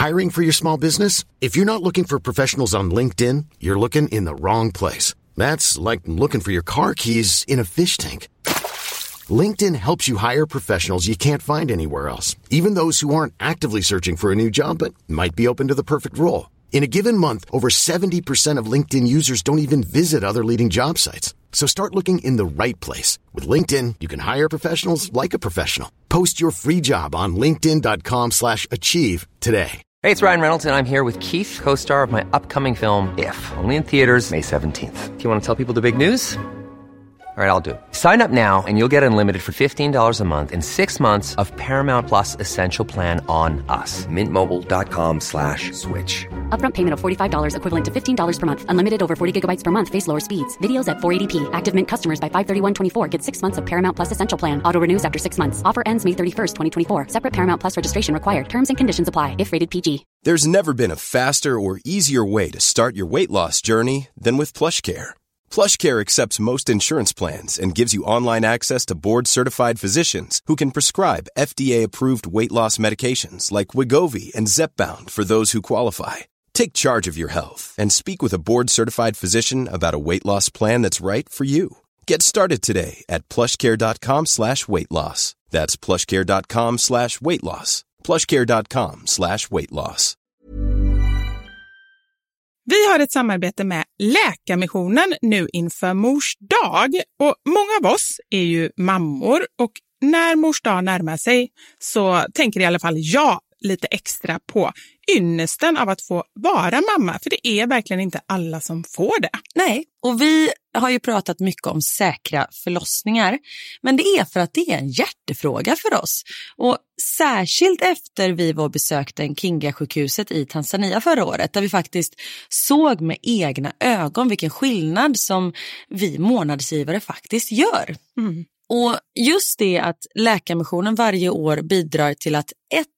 Hiring for your small business? If you're not looking for professionals on LinkedIn, you're looking in the wrong place. That's like looking for your car keys in a fish tank. LinkedIn helps you hire professionals you can't find anywhere else, even those who aren't actively searching for a new job but might be open to the perfect role. In a given month, over 70% of LinkedIn users don't even visit other leading job sites. So start looking in the right place. With LinkedIn, you can hire professionals like a professional. Post your free job on linkedin.com/achieve today. Hey, it's Ryan Reynolds, and I'm here with Keith, co-star of my upcoming film, If, only in theaters May 17th. Do you want to tell people the big news? All right, I'll do it. Sign up now and you'll get unlimited for $15 a month and 6 months of Paramount Plus Essential Plan on us. Mintmobile.com/switch. Upfront payment of $45 equivalent to $15 per month. Unlimited over 40 gigabytes per month. Face lower speeds. Videos at 480p. Active Mint customers by 531.24 get 6 months of Paramount Plus Essential Plan. Auto renews after 6 months. Offer ends May 31st, 2024. Separate Paramount Plus registration required. Terms and conditions apply if rated PG. There's never been a faster or easier way to start your weight loss journey than with PlushCare. PlushCare accepts most insurance plans and gives you online access to board-certified physicians who can prescribe FDA-approved weight loss medications like Wegovy and Zepbound for those who qualify. Take charge of your health and speak with a board-certified physician about a weight loss plan that's right for you. Get started today at plushcare.com/weightloss. That's plushcare.com/weightloss. plushcare.com/weightloss. Vi har ett samarbete med Läkarmissionen nu inför Mors dag, och många av oss är ju mammor, och när Mors dag närmar sig så tänker i alla fall jag lite extra på ynnesten av att få vara mamma, för det är verkligen inte alla som får det. Nej, och vi har ju pratat mycket om säkra förlossningar, men det är för att det är en hjärtefråga för oss. Och särskilt efter vi var besökte Nkinga-sjukhuset i Tanzania förra året, där vi faktiskt såg med egna ögon vilken skillnad som vi månadsgivare faktiskt gör. Mm. Och just det att Läkarmissionen varje år bidrar till att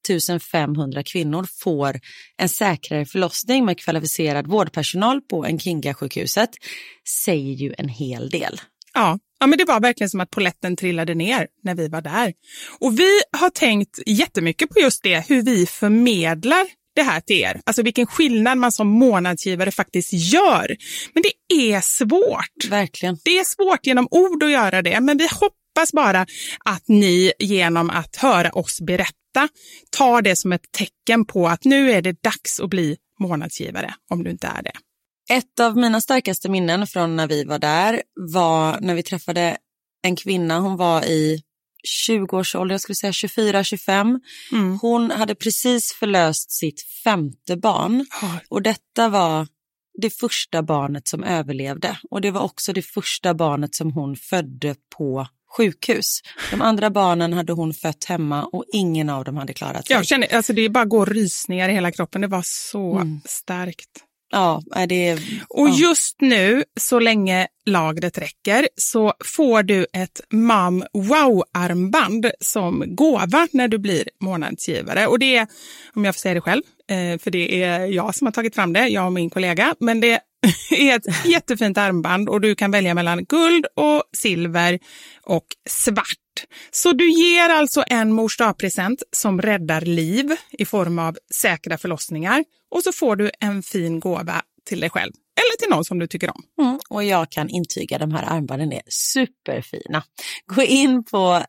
1500 kvinnor får en säkrare förlossning med kvalificerad vårdpersonal på Nkinga-sjukhuset säger ju en hel del. Ja, men det var verkligen som att poletten trillade ner när vi var där. Och vi har tänkt jättemycket på just det, hur vi förmedlar det här till er. Alltså vilken skillnad man som månadsgivare faktiskt gör. Men det är svårt. Verkligen. Det är svårt genom ord att göra det, men vi hoppas bara att ni genom att höra oss berätta tar det som ett tecken på att nu är det dags att bli månadsgivare, om du inte är det. Ett av mina starkaste minnen från när vi var där var när vi träffade en kvinna. Hon var i 20-årsålder, jag skulle säga 24-25. Hon hade precis förlöst sitt 5:e barn. Och detta var det första barnet som överlevde. Och det var också det första barnet som hon födde på sjukhus. De andra barnen hade hon fött hemma och ingen av dem hade klarat sig. Jag känner, alltså det är bara går rysningar i hela kroppen. Det var så starkt. Ja, det... Och just nu, så länge lagret räcker, så får du ett Mom Wow-armband som gåva när du blir månadsgivare. Och det är, om jag får säga det själv, för det är jag som har tagit fram det, jag och min kollega, men det är ett jättefint armband och du kan välja mellan guld och silver och svart. Så du ger alltså en Mors dag-present som räddar liv i form av säkra förlossningar, och så får du en fin gåva till dig själv eller till någon som du tycker om. Och jag kan intyga, de här armbanden är superfina. Gå in på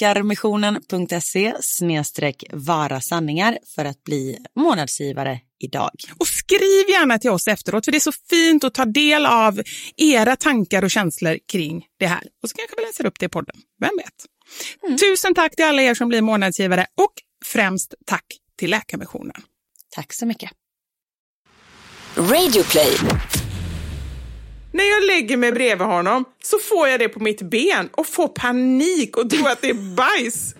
lakarmissionen.se/varasanningar för att bli månadsgivare idag. Och skriv gärna till oss efteråt, för det är så fint att ta del av era tankar och känslor kring det här. Och så kanske vi läser upp det i podden, vem vet. Tusen tack till alla er som blir månadsgivare, och främst tack till Läkarmissionen. Tack så mycket. Radio Play. När jag lägger mig bredvid honom så får jag det på mitt ben och får panik och tror att det är bajs.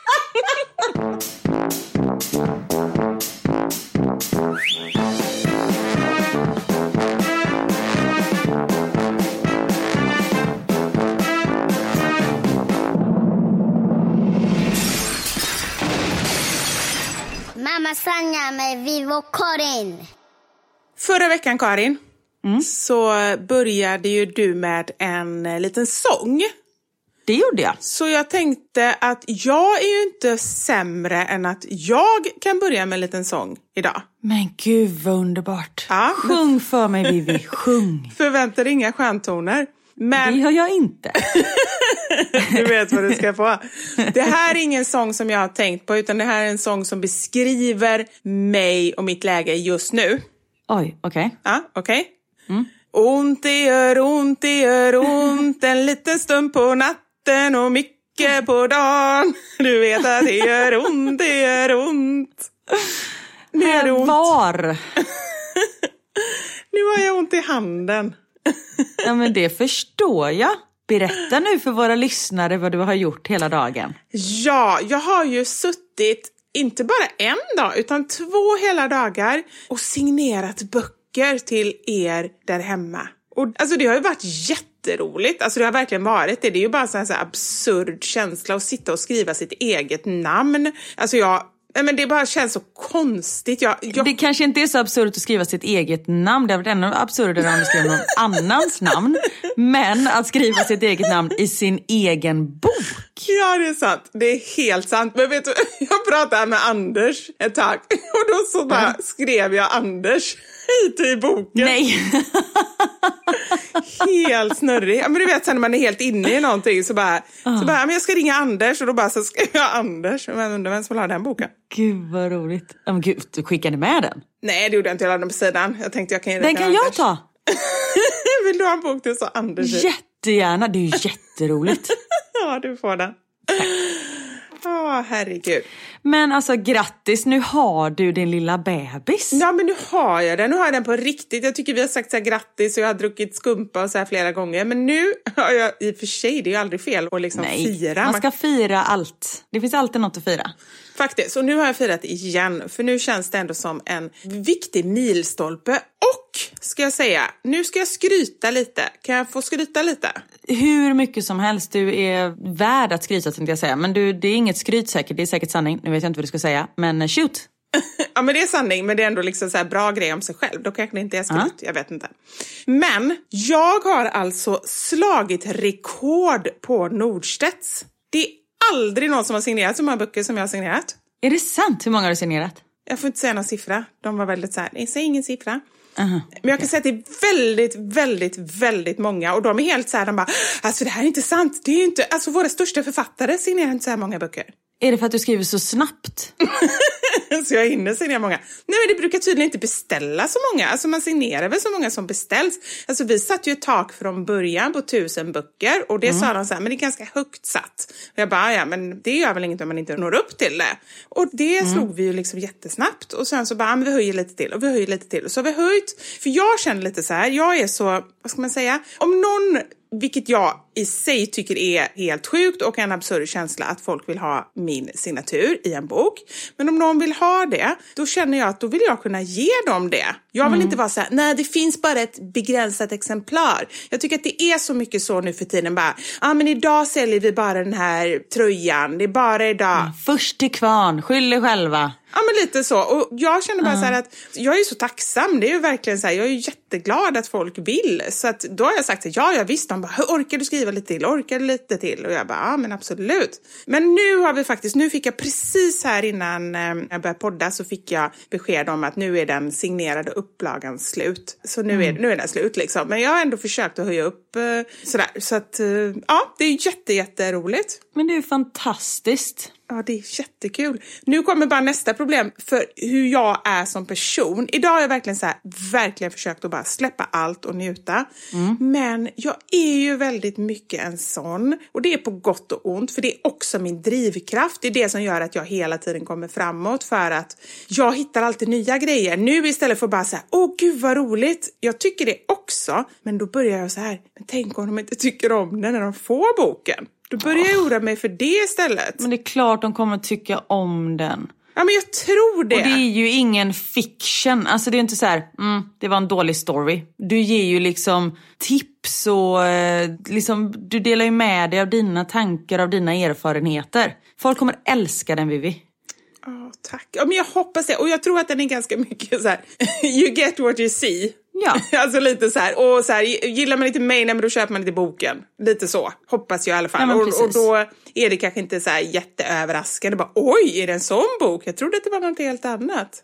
Mamma Sanja med Vivo Karin. Förra veckan, Karin, så började ju du med en liten sång. Det gjorde jag. Så jag tänkte att jag är ju inte sämre än att jag kan börja med en liten sång idag. Men gud vad underbart. Ja. Sjung för mig, Vivi, sjung. Förväntar inga stjärntoner. Men Det gör jag inte. du vet vad du ska få. Det här är ingen sång som jag har tänkt på, utan det här är en sång som beskriver mig och mitt läge just nu. Oj, okej. Ja, okej. Ont, det gör ont, en liten stund på natten och mycket på dagen. Du vet att det gör ont. Nu är det ont. Var? Nu har jag ont i handen. Ja, men det förstår jag. Berätta nu för våra lyssnare vad du har gjort hela dagen. Ja, jag har ju suttit inte bara en dag utan 2 hela dagar och signerat böcker till er där hemma. Och alltså det har ju varit jätteroligt. Alltså det har verkligen varit det. Det är ju bara en sån här absurd känsla att sitta och skriva sitt eget namn. Alltså men det bara känns så konstigt. Det kanske inte är så absurt att skriva sitt eget namn. Det har varit ännu absurdare om du skriver någon annans namn. Men att skriva sitt eget namn i sin egen bok. Ja, det är sant. Det är helt sant. Men vet du, jag pratade med Anders ett tag. Och då så bara skrev jag Anders hit i boken. Nej. Helt snurrig. Ja, men du vet sen när man är helt inne i någonting så bara men jag ska ringa Anders. Och då bara så skrev jag Anders. Men undrar vem som vill ha den boken. Gud vad roligt. Men gud, du skickade med den? Nej, det gjorde jag inte. Jag lade den på sidan. Jag tänkte jag kan ge den kan jag ta. Vill du ha en bok till så Anders? Jättegärna, det är ju jätteroligt. Ja, du får den. Herregud. Men alltså grattis, nu har du din lilla bebis. Ja, men nu har jag den. Nu har jag den på riktigt. Jag tycker vi har sagt så här grattis och jag har druckit skumpa och så här flera gånger. Men nu har jag, i och för sig, det är ju aldrig fel att liksom fira. Man ska fira allt. Det finns alltid något att fira. Faktiskt, och nu har jag firat igen. För nu känns det ändå som en viktig milstolpe. Och, ska jag säga, nu ska jag skryta lite. Kan jag få skryta lite? Hur mycket som helst. Du är värd att skryta, tänkte jag säga. Men det är inget skryt säkert, det är säkert sanning. Nu vet jag inte vad du ska säga, men shoot. Ja, men det är sanning, men det är ändå liksom så här bra grej om sig själv. Då kanske det inte är skryt, jag vet inte. Men jag har alltså slagit rekord på Nordstedts. Det är aldrig någon som har signerat så många böcker som jag har signerat. Är det sant? Hur många har du signerat? Jag får inte säga någon siffra. De var väldigt så här, nej, säg ingen siffra. Men jag kan säga att det är väldigt, väldigt, väldigt många. Och de är helt så här, de bara, alltså det här är inte sant. Det är ju inte, alltså våra största författare signerar inte så här många böcker. Är det för att du skriver så snabbt? Så jag hinner signera många. Nej, men det brukar tydligen inte beställa så många. Alltså man signerar väl så många som beställs. Alltså vi satt ju ett tak från början på 1000 böcker. Och det sa de så här, men det är ganska högt satt. Och jag bara, ja men det gör väl inget om man inte når upp till det. Och det slog vi ju liksom jättesnabbt. Och sen så bara, men vi höjer lite till och vi höjer lite till. Och så har vi höjt. För jag känner lite så här, jag är så, vad ska man säga? Om någon, vilket jag i sig tycker är helt sjukt och en absurd känsla att folk vill ha min signatur i en bok. Men om någon vill ha det, då känner jag att då vill jag kunna ge dem det. Jag vill inte vara så här, nej det finns bara ett begränsat exemplar. Jag tycker att det är så mycket så nu för tiden bara, men idag säljer vi bara den här tröjan, det är bara idag. Först till kvarn, skyll er själva. Ja, men lite så. Och jag känner bara så här att jag är så tacksam. Det är ju verkligen så här, jag är ju jätteglad att folk vill. Så att då har jag sagt att ja visst. De bara, orkar du skriva lite till? Orkar du lite till? Och jag bara, ja men absolut. Men nu har vi faktiskt, nu fick jag precis här innan jag började podda så fick jag besked om att nu är den signerade upplagan slut. Så nu är den slut liksom. Men jag har ändå försökt att höja upp sådär. Så att ja, det är jätteroligt. Men det är ju fantastiskt. Ja, det är jättekul. Nu kommer bara nästa problem för hur jag är som person. Idag har jag verkligen försökt att bara släppa allt och njuta. Men jag är ju väldigt mycket en sån. Och det är på gott och ont. För det är också min drivkraft. Det är det som gör att jag hela tiden kommer framåt. För att jag hittar alltid nya grejer. Nu istället för bara så här, åh gud vad roligt. Jag tycker det också. Men då börjar jag så här, men tänk om de inte tycker om den när de får boken. Då börjar jag oroa mig för det istället. Men det är klart de kommer tycka om den. Ja, men jag tror det. Och det är ju ingen fiction. Alltså det är inte så här, det var en dålig story. Du ger ju liksom tips och liksom, du delar ju med dig av dina tankar, av dina erfarenheter. Folk kommer älska den, Vivi. Tack. Ja, men jag hoppas det. Och jag tror att den är ganska mycket så här, you get what you see. Ja. Alltså lite så här. Och så här, gillar man inte mig, men då köper man inte boken. Lite så, hoppas jag i alla fall. Ja, och då är det kanske inte så här jätteöverraskande. Bara, oj, är det en sån bok? Jag trodde att det var något helt annat.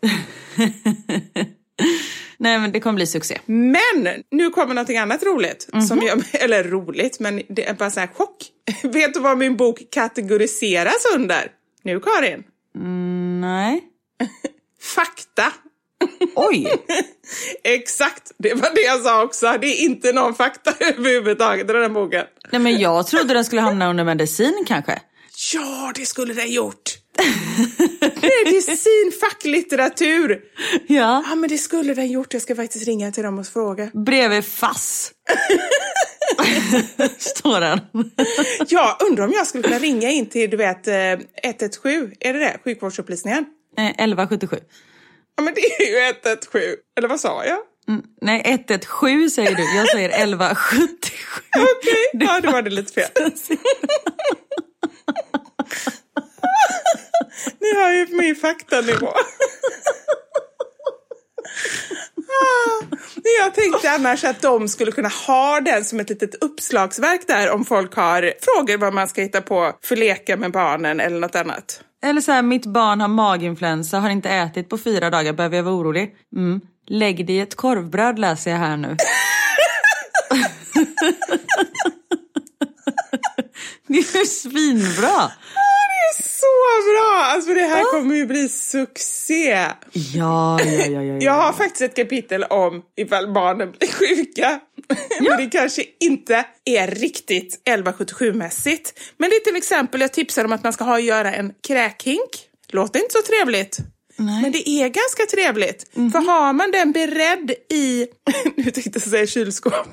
Nej, men det kommer bli succé. Men nu kommer någonting annat roligt. Som jag, eller roligt, men det är bara så här chock. Vet du vad min bok kategoriseras under? Nu, Karin. Nej. Fakta. Oj! Exakt, det var det jag sa också. Det är inte någon fakta överhuvudtaget i den här boken. Nej, men jag trodde den skulle hamna under medicin kanske. Ja, det skulle den gjort. Medicin, facklitteratur. Ja. Ja, men det skulle den gjort. Jag ska faktiskt ringa till dem och fråga. Bredvid FASS. Står den. Ja, undrar om jag skulle kunna ringa in till, du vet, 117. Är det? Sjukvårdsupplysningen? 1177. Ja, men det är ju 117. Eller vad sa jag? Nej, 117 säger du. Jag säger 1177. Okej, ja, det var det lite fel. Ni har ju min faktanivå. Jag tänkte annars att de skulle kunna ha den som ett litet uppslagsverk där om folk har frågor vad man ska hitta på för leka med barnen eller något annat. Eller så här, mitt barn har maginfluensa, har inte ätit på 4 dagar, behöver jag vara orolig. Lägg dig i ett korvbröd, läser jag här nu. Det är ju svinbra. Så bra! Alltså det här kommer ju bli succé. Ja. Jag har faktiskt ett kapitel om ifall barnen blir sjuka. Men det kanske inte är riktigt 1177-mässigt. Men det är till exempel, jag tipsar om att man ska göra en kräkhink. Låter inte så trevligt. Nej. Men det är ganska trevligt. För har man den beredd i, nu tänkte jag säga kylskåp.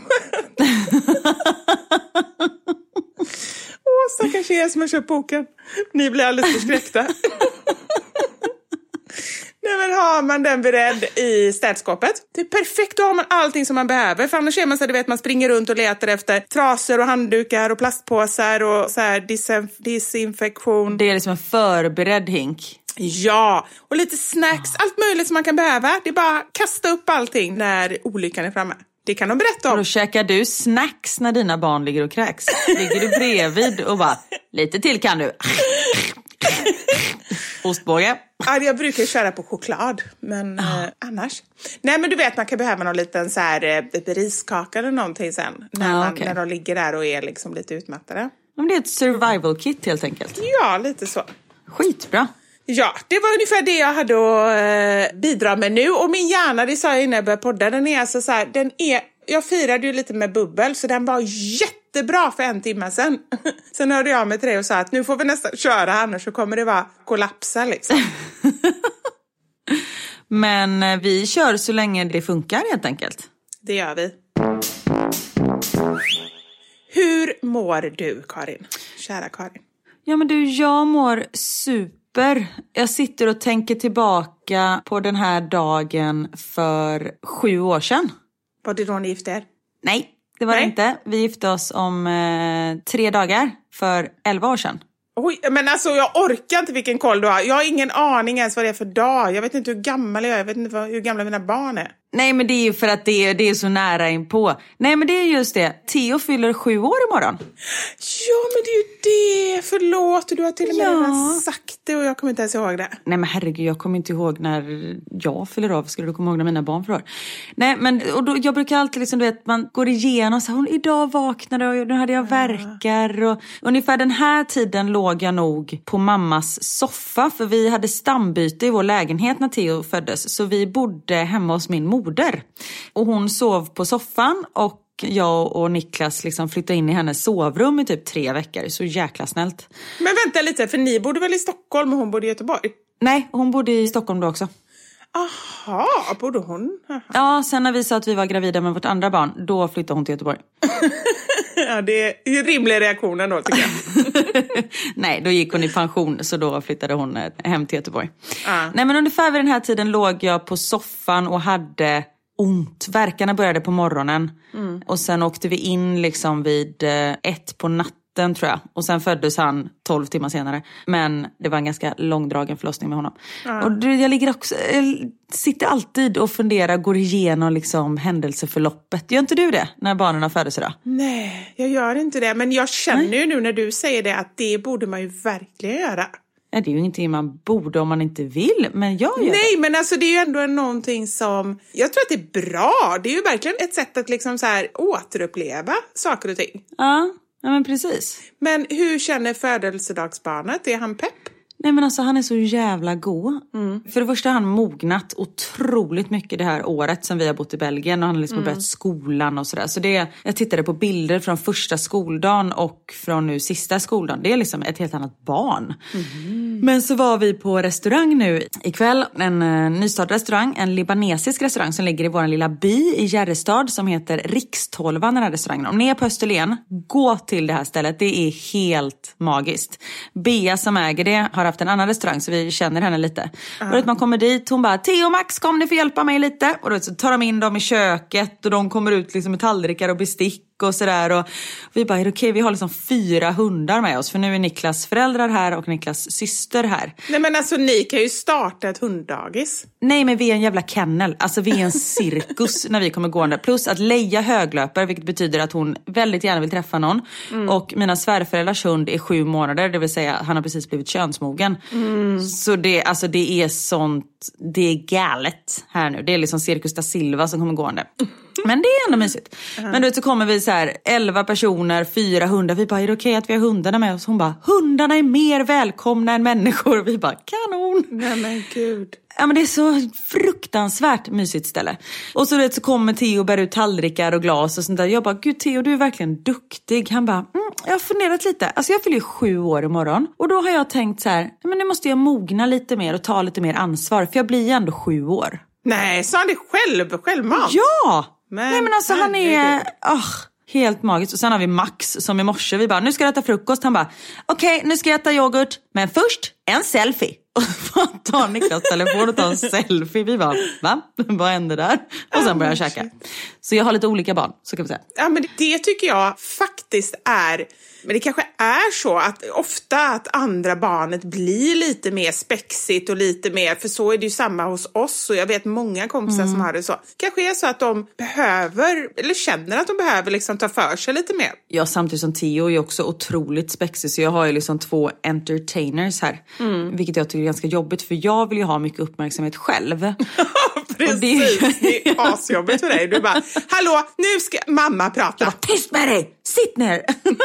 Stackars er som har köpt boken. Ni blir alldeles förskräckta. Nej, men har man den beredd i städskåpet, det är perfekt, då har man allting som man behöver. För annars är man så, du vet, man springer runt och letar efter trasor och handdukar och plastpåsar och så här disinfektion. Det är liksom en förberedd hink. Ja, och lite snacks, allt möjligt som man kan behöva. Det är bara kasta upp allting när olyckan är framme. Det kan de berätta om. Och då käkar du snacks när dina barn ligger och kräks. Ligger du bredvid och bara, lite till kan du. Ostbåge. Ja, jag brukar köra på choklad, men annars. Nej, men du vet, man kan behöva någon liten så här riskaka eller någonting sen. När de ligger där och är liksom lite utmattade. Men det är ett survival kit helt enkelt. Ja, lite så. Skitbra. Ja, det var ungefär det jag hade att bidra med nu. Och min hjärna, det sa jag innan jag började podda, den är alltså så här, jag firade ju lite med bubbel, så den var jättebra för 1 timme sedan. Sen hörde jag med till dig och sa att nu får vi nästan köra, annars så kommer det vara kollapsa liksom. Men vi kör så länge det funkar helt enkelt. Det gör vi. Hur mår du, Karin? Kära Karin. Ja, men du, jag mår super. Jag sitter och tänker tillbaka på den här dagen för 7 år sedan. Var det då ni gifte er? Nej, det var det inte. Vi gifte oss om 3 dagar för 11 år sedan. Oj, men alltså jag orkar inte vilken koll du har. Jag har ingen aning ens vad det är för dag. Jag vet inte hur gammal jag är. Jag vet inte hur gamla mina barn är. Nej, men det är ju för att det är så nära inpå. Nej, men det är just det. Theo fyller 7 år imorgon. Ja, men det är ju det. Förlåt, du har till och med redan sagt det och jag kommer inte ens ihåg det. Nej, men herregud, jag kommer inte ihåg när jag fyller av. Skulle du komma ihåg när mina barn fyller år? Nej, men och då, jag brukar alltid liksom, du vet, man går igenom så här, idag vaknade och nu hade jag verkar. Och ungefär den här tiden låg jag nog på mammas soffa. För vi hade stambyte i vår lägenhet när Theo föddes. Så vi bodde hemma hos min moder. Och hon sov på soffan och jag och Niklas liksom flyttade in i hennes sovrum i typ 3 veckor. Så jäkla snällt. Men vänta lite, för ni bodde väl i Stockholm och hon bodde i Göteborg? Nej, hon bodde i Stockholm då också. Aha, bodde hon? Aha. Ja, sen när vi sa att vi var gravida med vårt andra barn, då flyttade hon till Göteborg. Ja, det är en rimlig reaktion ändå, tycker jag. Nej, då gick hon i pension, så då flyttade hon hem till Göteborg. Nej, men ungefär vid den här tiden låg jag på soffan och hade ont. Värkarna började på morgonen. Och sen åkte vi in liksom vid 1 på natten natten tror jag. Och sen föddes han 12 timmar senare. Men det var en ganska långdragen förlossning med honom. Och jag sitter alltid och funderar, går igenom liksom händelseförloppet. Gör inte du det när barnen har födelsedag? Nej, jag gör inte det. Men jag känner ju nu när du säger det att det borde man ju verkligen göra. Nej, det är ju ingenting man borde om man inte vill, men jag gör Nej, det. men alltså det är ju ändå någonting som... Jag tror att det är bra. Det är ju verkligen ett sätt att liksom så här återuppleva saker och ting. Ja, men precis. Men hur känner födelsedagsbarnet? Är han pepp? Nej, men alltså han är så jävla god. För det första har han mognat otroligt mycket det här året som vi har bott i Belgien. Och han har liksom börjat skolan och sådär. Så jag tittade på bilder från första skoldagen och från nu sista skoldagen. Det är liksom ett helt annat barn. Men så var vi på restaurang nu ikväll. En nystartad restaurang. En libanesisk restaurang som ligger i vår lilla by i Järrestad som heter Rikstolvan, den här restaurangen. Om ni är på Österlen, gå till det här stället. Det är helt magiskt. Bea som äger det har haft en annan restaurang så vi känner henne lite. Och man kommer dit, hon bara, Theo och Max, kom ni för hjälpa mig lite? Och då så tar de in dem i köket och de kommer ut liksom med tallrikar och bestick och sådär. Och vi bara, är det okej? Vi har liksom 4 hundar med oss. För nu är Niklas föräldrar här och Niklas syster här. Nej, men alltså ni kan ju starta ett hunddagis. Nej, men vi är en jävla kennel. Alltså vi är en cirkus när vi kommer gående. Plus att Leia höglöper, vilket betyder att hon väldigt gärna vill träffa någon. Och mina svärföräldrars hund är 7 månader. Det vill säga, han har precis blivit könsmogen. Så det är sånt, det är galet här nu. Det är liksom Cirkus da Silva som kommer gående. Men det är ändå mysigt. Men då så kommer vi så här 11 personer, 4 hundar. Vi bara, är det okej att vi har hundarna med oss? Hon bara, hundarna är mer välkomna än människor. Vi bara, kanon. Nej men gud. Ja, men det är så fruktansvärt mysigt ställe. Och så kommer Theo och bär ut tallrikar och glas och sånt där. Jag bara, gud Theo, du är verkligen duktig. Han bara, jag har funderat lite. Alltså jag fyller 7 år imorgon. Och då har jag tänkt så här, men nu måste jag mogna lite mer och ta lite mer ansvar. För jag blir ju ändå 7 år. Nej, sa han det självmant? Ja! Nej men alltså han är helt magiskt. Och sen har vi Max som i morse. Vi bara, nu ska jag äta frukost. Han bara, okej, nu ska jag äta yoghurt. Men först en selfie. Och så tar Niklas telefon och tar en selfie. Vi bara, va? Vad händer där? Och sen börjar jag käka. Så jag har lite olika barn, så kan vi säga. Ja, men det tycker jag faktiskt är... Men det kanske är så att ofta att andra barnet blir lite mer spexigt och lite mer, för så är det ju samma hos oss och jag vet många kompisar som har det så. Kanske är så att de behöver, eller känner att de behöver liksom ta för sig lite mer. Ja, samtidigt som Theo är också otroligt spexig så jag har ju liksom 2 entertainers här. Vilket jag tycker är ganska jobbigt för jag vill ju ha mycket uppmärksamhet själv. Precis, det är asjobbigt för dig. Du bara, hallå, nu ska mamma prata. Jag bara, tyst med dig, sitt ner.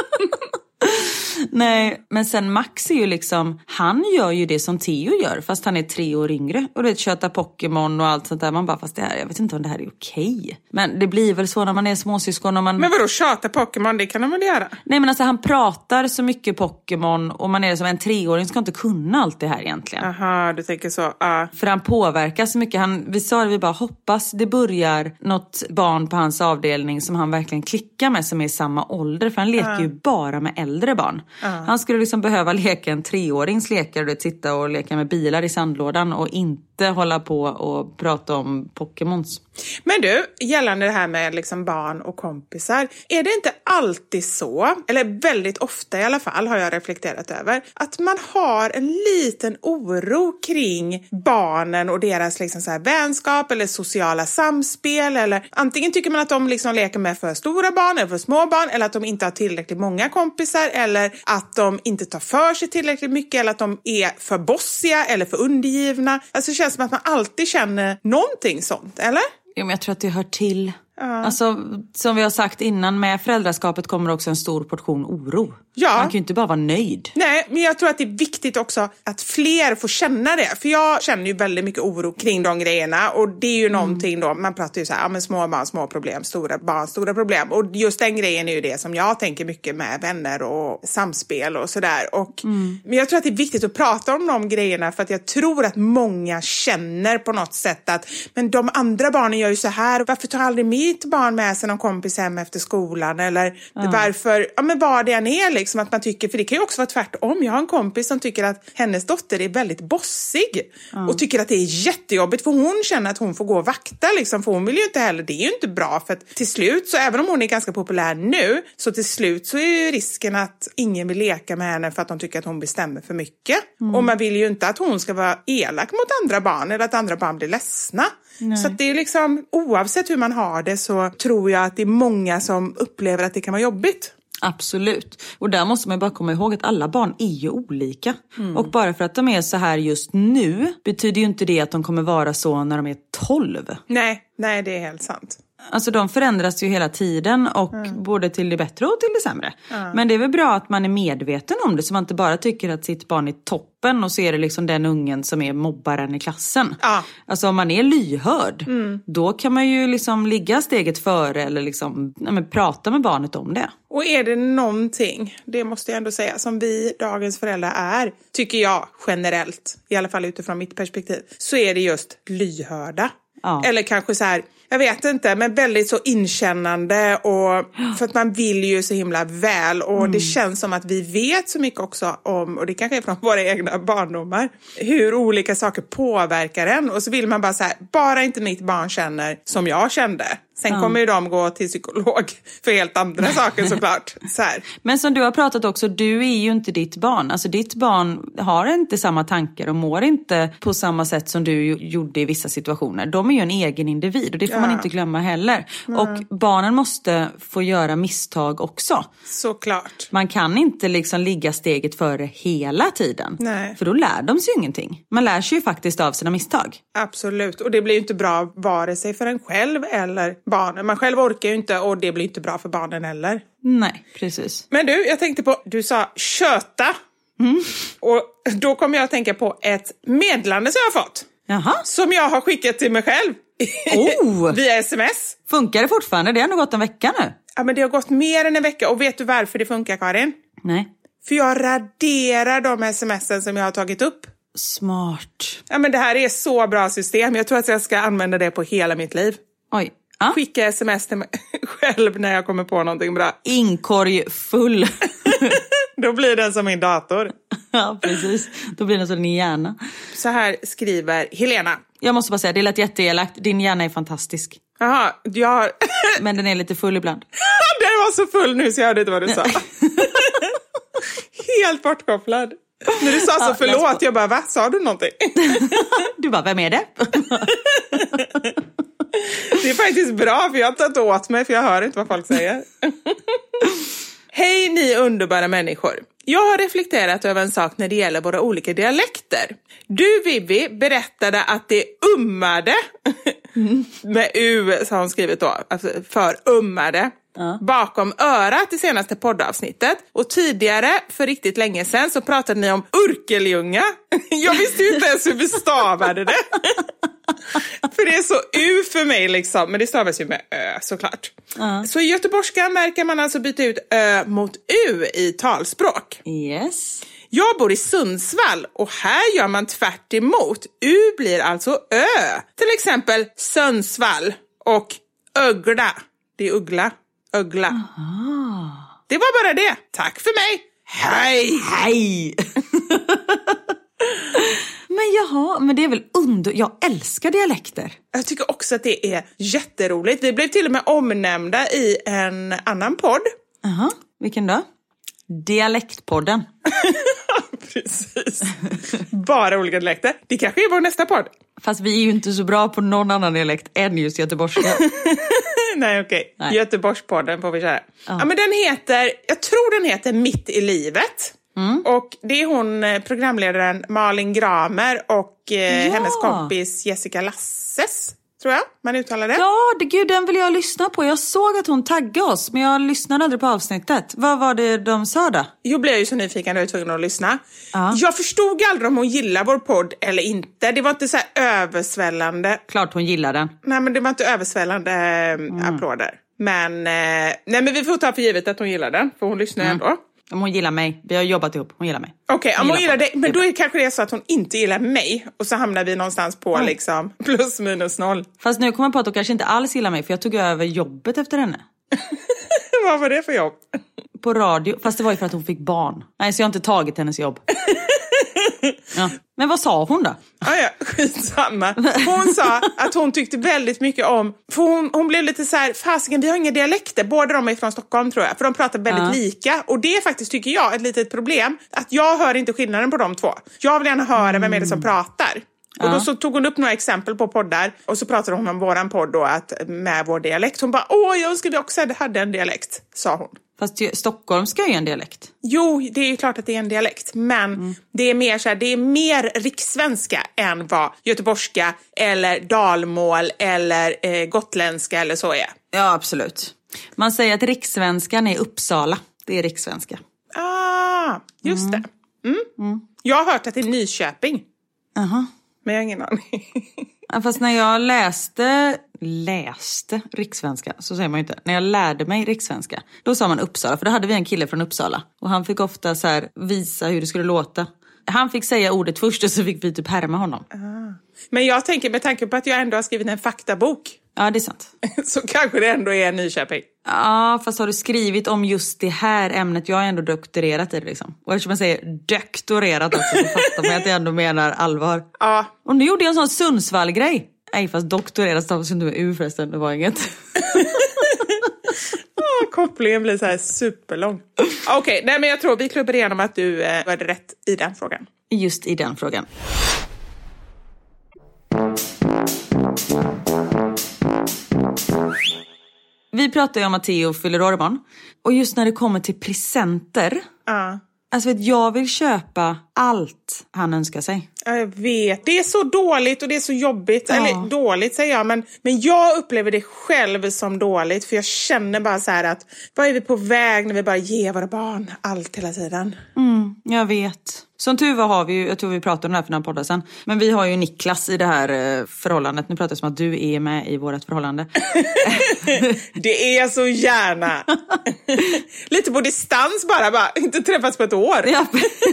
Nej, men sen Max är ju liksom, han gör ju det som Theo gör fast han är 3 år yngre. Och det köta Pokémon och allt sånt där. Man bara, fast det här, jag vet inte om det här är okej. Men det blir väl så när man är småsyskon och man... Men vadå, köta Pokémon, det kan man väl göra? Nej men alltså han pratar så mycket Pokémon och man är som en 3-åring ska inte kunna allt det här egentligen. Aha, du tänker så. För han påverkar så mycket. Vi sa det, vi bara hoppas det börjar något barn på hans avdelning som han verkligen klickar med som är i samma ålder. För han leker ju bara med äldre barn. Han skulle liksom behöva leka en 3-årings lekar och sitta och leka med bilar i sandlådan och inte hålla på och prata om Pokémons. Men du, gällande det här med liksom barn och kompisar, är det inte alltid så, eller väldigt ofta i alla fall har jag reflekterat över, att man har en liten oro kring barnen och deras liksom så här vänskap eller sociala samspel, eller antingen tycker man att de liksom leker med för stora barn eller för små barn, eller att de inte har tillräckligt många kompisar, eller att de inte tar för sig tillräckligt mycket, eller att de är för bossiga eller för undergivna. Alltså det känns som att man alltid känner någonting sånt, eller? Jo, men jag tror att det hör till. Alltså, som vi har sagt innan, med föräldraskapet kommer också en stor portion oro. Ja. Man kan ju inte bara vara nöjd. Nej, men jag tror att det är viktigt också att fler får känna det. För jag känner ju väldigt mycket oro kring de grejerna. Och det är ju någonting då, man pratar ju så här, ja men små barn, små problem, stora barn, stora problem. Och just den grejen är ju det som jag tänker mycket med vänner och samspel och sådär. Men jag tror att det är viktigt att prata om de grejerna för att jag tror att många känner på något sätt att men de andra barnen gör ju så här, varför tar aldrig med mitt barn med sig någon kompis hem efter skolan? Eller varför, men vad det än är liksom att man tycker, för det kan ju också vara tvärtom. Jag har en kompis som tycker att hennes dotter är väldigt bossig och tycker att det är jättejobbigt för hon känner att hon får gå och vakta liksom, för hon vill ju inte heller, det är ju inte bra för att till slut, så även om hon är ganska populär nu, så till slut så är ju risken att ingen vill leka med henne för att de tycker att hon bestämmer för mycket. Och man vill ju inte att hon ska vara elak mot andra barn eller att andra barn blir ledsna. Nej. Så att det är liksom, oavsett hur man har det så tror jag att det är många som upplever att det kan vara jobbigt. Absolut. Och där måste man bara komma ihåg att alla barn är ju olika. Och bara för att de är så här just nu betyder ju inte det att de kommer vara så när de är 12. Nej, det är helt sant. Alltså de förändras ju hela tiden och både till det bättre och till det sämre. Men det är väl bra att man är medveten om det så man inte bara tycker att sitt barn är toppen och så är det liksom den ungen som är mobbaren i klassen. Alltså om man är lyhörd då kan man ju liksom ligga steget före eller liksom prata med barnet om det. Och är det någonting, det måste jag ändå säga, som vi dagens föräldrar är, tycker jag generellt, i alla fall utifrån mitt perspektiv, så är det just lyhörda. Eller kanske så här, jag vet inte, men väldigt så inkännande och för att man vill ju så himla väl och det känns som att vi vet så mycket också om, och det kanske är från våra egna barndomar, hur olika saker påverkar en och så vill man bara så här, bara inte mitt barn känner som jag kände. Sen kommer ju de gå till psykolog för helt andra saker såklart. Så här. Men som du har pratat också, du är ju inte ditt barn. Alltså ditt barn har inte samma tankar och mår inte på samma sätt som du gjorde i vissa situationer. De är ju en egen individ och det får man inte glömma heller. Och barnen måste få göra misstag också. Såklart. Man kan inte liksom ligga steget före hela tiden. Nej. För då lär de sig ingenting. Man lär sig ju faktiskt av sina misstag. Absolut. Och det blir ju inte bra vare sig för en själv eller barnen. Man själv orkar ju inte och det blir inte bra för barnen heller. Nej, precis. Men du, jag tänkte på, du sa köta. Och då kommer jag att tänka på ett meddelande som jag har fått. Jaha. Som jag har skickat till mig själv. Via sms. Funkar det fortfarande? Det har nog gått en vecka nu. Ja, men det har gått mer än en vecka. Och vet du varför det funkar, Karin? Nej. För jag raderar de sms'en som jag har tagit upp. Smart. Ja, men det här är så bra system. Jag tror att jag ska använda det på hela mitt liv. Oj. Skicka sms till mig själv när jag kommer på någonting bra. Inkorg full. Då blir den som min dator. Ja, precis. Då blir den som din hjärna. Så här skriver Helena. Jag måste bara säga, det lät jätteelakt. Din hjärna är fantastisk. Jaha, jag har... Men den är lite full ibland. Den var så full nu så jag hörde inte vad du sa. Helt bortkopplad. När du sa så förlåt, jag bara, va? Sa du någonting? Du bara, vem är det? Det är faktiskt bra för jag har tagit åt mig för jag hör inte vad folk säger. Hej ni underbara människor. Jag har reflekterat över en sak när det gäller våra olika dialekter. Du Vivi berättade att det ummade med U som hon skrivit då, alltså för ummade. Bakom örat i senaste poddavsnittet. Och tidigare, för riktigt länge sedan, så pratade ni om urkeljunga. Jag visste ju inte ens hur vi stavade det. För det är så U för mig liksom. Men det stavas ju med Ö såklart. Så i göteborgska märker man alltså byta ut Ö mot U i talspråk. Yes. Jag bor i Sundsvall och här gör man tvärt emot. U blir alltså Ö. Till exempel Sundsvall och ögla. Det är uggla. Ögla. Aha. Det var bara det. Tack för mig. Hej! Hej! Men jaha, men det är väl jag älskar dialekter. Jag tycker också att det är jätteroligt. Vi blev till och med omnämnda i en annan podd. Jaha, vilken då? Dialektpodden. Precis. Bara olika dialekter. Det kanske är vår nästa podd. Fast vi är ju inte så bra på någon annan dialekt än just göteborgska. Nej, okej. Göteborgspodden får vi köra. Ja, men den heter, jag tror den heter Mitt i livet. Och det är hon, programledaren Malin Gramer och hennes kompis Jessica Lasses, tror jag man uttalar det. Ja, gud, den vill jag lyssna på. Jag såg att hon taggade oss, men jag lyssnade aldrig på avsnittet. Vad var det de sa då? Jag blev ju så nyfiken när jag var tvungen att lyssna. Jag förstod aldrig om hon gillar vår podd eller inte. Det var inte så här översvällande. Klart hon gillar den. Nej, men det var inte översvällande applåder. Men, nej, men vi får ta för givet att hon gillar den, för hon lyssnar ändå. Hon gillar mig. Vi har jobbat ihop. Hon gillar mig. Okej, om hon gillar dig. Men då är det kanske det så att hon inte gillar mig. Och så hamnar vi någonstans på liksom plus minus noll. Fast nu kommer jag på att hon kanske inte alls gillar mig. För jag tog över jobbet efter henne. Vad var det för jobb? På radio. Fast det var ju för att hon fick barn. Nej, så jag har inte tagit hennes jobb. Ja. Men vad sa hon då? Ja, skitsamma. Hon sa att hon tyckte väldigt mycket om... För hon blev lite så här, fasiken, vi har inga dialekter. Båda de är från Stockholm, tror jag. För de pratar väldigt lika. Och det är faktiskt, tycker jag, ett litet problem. Att jag hör inte skillnaden på de två. Jag vill gärna höra vem är det som pratar. Och då så tog hon upp några exempel på poddar. Och så pratade hon om våran podd då, att med vår dialekt. Hon bara, jag önskar vi också hade en dialekt, sa hon. Fast stockholmska är ju en dialekt. Jo, det är ju klart att det är en dialekt. Men det är mer så här, det är mer rikssvenska än vad göteborgska eller dalmål eller gotländska eller så är. Ja, absolut. Man säger att rikssvenskan är Uppsala. Det är rikssvenska. Just det. Jag har hört att det är Nyköping. Jaha. Men jag har ingen aning. Ja, fast när jag läste rikssvenska, så säger man ju inte. När jag lärde mig rikssvenska, då sa man Uppsala. För då hade vi en kille från Uppsala. Och han fick ofta så här visa hur det skulle låta. Han fick säga ordet först och så fick vi typ härma honom. Men jag tänker, med tanke på att jag ändå har skrivit en faktabok. Ja, det är sant. Så kanske det ändå är Nyköping. Ja, fast har du skrivit om just det här ämnet? Jag har ändå doktorerat i det liksom. Och eftersom jag säger doktorerat också, så fattar man att jag ändå menar allvar. Ja. Och nu gjorde jag en sån Sundsvall-grej. Nej, fast doktorerat stavas inte med U förresten, det var inget. Kopplingen blir så här superlång. Okej, nej men jag tror vi klubbar igenom att du hade rätt i den frågan. Just i den frågan. Vi pratar ju om att Theo fyller år imorgon. Och just när det kommer till presenter. Alltså jag vill köpa allt han önskar sig. Jag vet. Det är så dåligt och det är så jobbigt. Eller dåligt säger jag. Men jag upplever det själv som dåligt. För jag känner bara så här att vad är vi på väg när vi bara ger våra barn allt hela tiden? Jag vet. Som tur var har vi ju, jag tror vi pratade om det här för några poddar sen. Men vi har ju Niklas i det här förhållandet. Nu pratar jag som att du är med i vårt förhållande. Det är så gärna. Lite på distans bara inte träffats på ett år. Ja.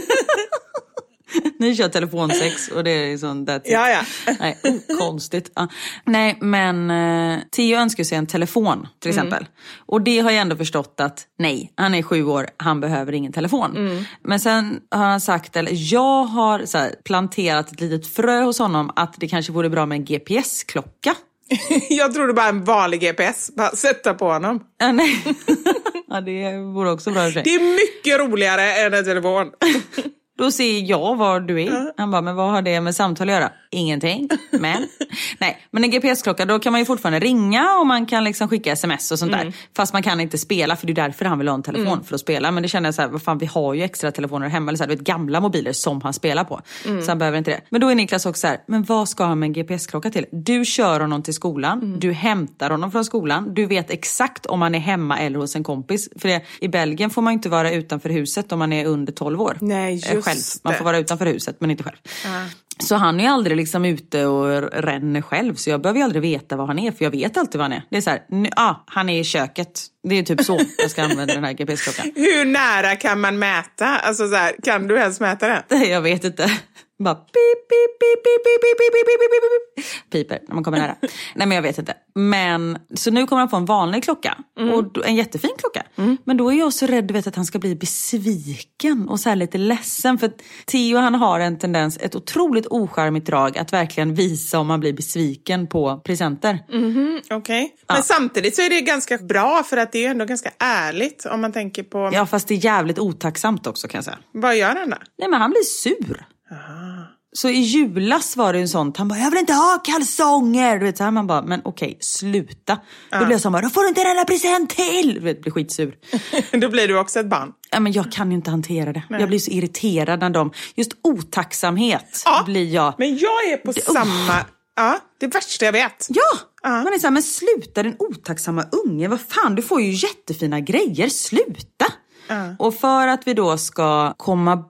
Ni kör telefonsex och det är sån där. Ja. Nej, konstigt. Nej, men Theo önskar sig en telefon till exempel. Och det har jag ändå förstått att nej, han är 7 år, han behöver ingen telefon. Men sen har han sagt, eller jag har så här, planterat ett litet frö hos honom att det kanske vore bra med en GPS-klocka. Jag tror det bara en vanlig GPS. Bara sätta på honom. Nej. Ja, det vore också bra. Det är mycket roligare än en telefon. Då ser jag var du är. Han bara, men vad har det med samtal att göra? Ingenting. Men en GPS-klocka, då kan man ju fortfarande ringa och man kan liksom skicka sms och sånt där. Fast man kan inte spela, för det är därför han vill ha en telefon för att spela. Men det känner jag så här, vad fan, vi har ju extra telefoner hemma. Eller så här, du vet, gamla mobiler som han spelar på. Så han behöver inte det. Men då är Niklas också så här, men vad ska han med en GPS-klocka till? Du kör honom till skolan. Du hämtar honom från skolan. Du vet exakt om han är hemma eller hos en kompis. För det, i Belgien får man inte vara utanför huset om man är under 12 år. Nej, just själv. Man får vara utanför huset men inte själv. Så han är aldrig liksom ute och ränner själv. Så jag behöver ju aldrig veta vad han är. För jag vet alltid vad han är. Det är så här, han är i köket. Det är typ så jag ska använda den här GPS-klockan. Hur nära kan man mäta? Alltså så här, kan du ens mäta det? Jag vet inte. Bara pip, pip, pip, pip, pip, pip, pip, pip, pip, piper när man kommer nära. Nej, men jag vet inte. Men så nu kommer han få en vanlig klocka. Och en jättefin klocka. Men då är jag så rädd, vet, att han ska bli besviken och så här lite ledsen. För Theo, han har en tendens, ett otroligt ocharmigt drag att verkligen visa om man blir besviken på presenter. Okej. Men samtidigt så är det ganska bra, för att det är ändå ganska ärligt om man tänker på... Ja, fast det är jävligt otacksamt också, kan jag säga. Vad gör han då? Nej, men han blir sur. Så i julas var det en sån, han bara, jag vill inte ha kalsonger. Du vet, så här, man bara, men okej, sluta. Då blir jag så bara, då får du inte en enda present till. Du vet, blir skitsur. Då blir du också ett barn. Ja, men jag kan ju inte hantera det. Nej. Jag blir så irriterad när just otacksamhet blir jag. Men jag är på samma, det värsta jag vet. Ja, man är så här, men sluta den otacksamma unge. Vad fan, du får ju jättefina grejer, sluta. Och för att vi då ska komma bort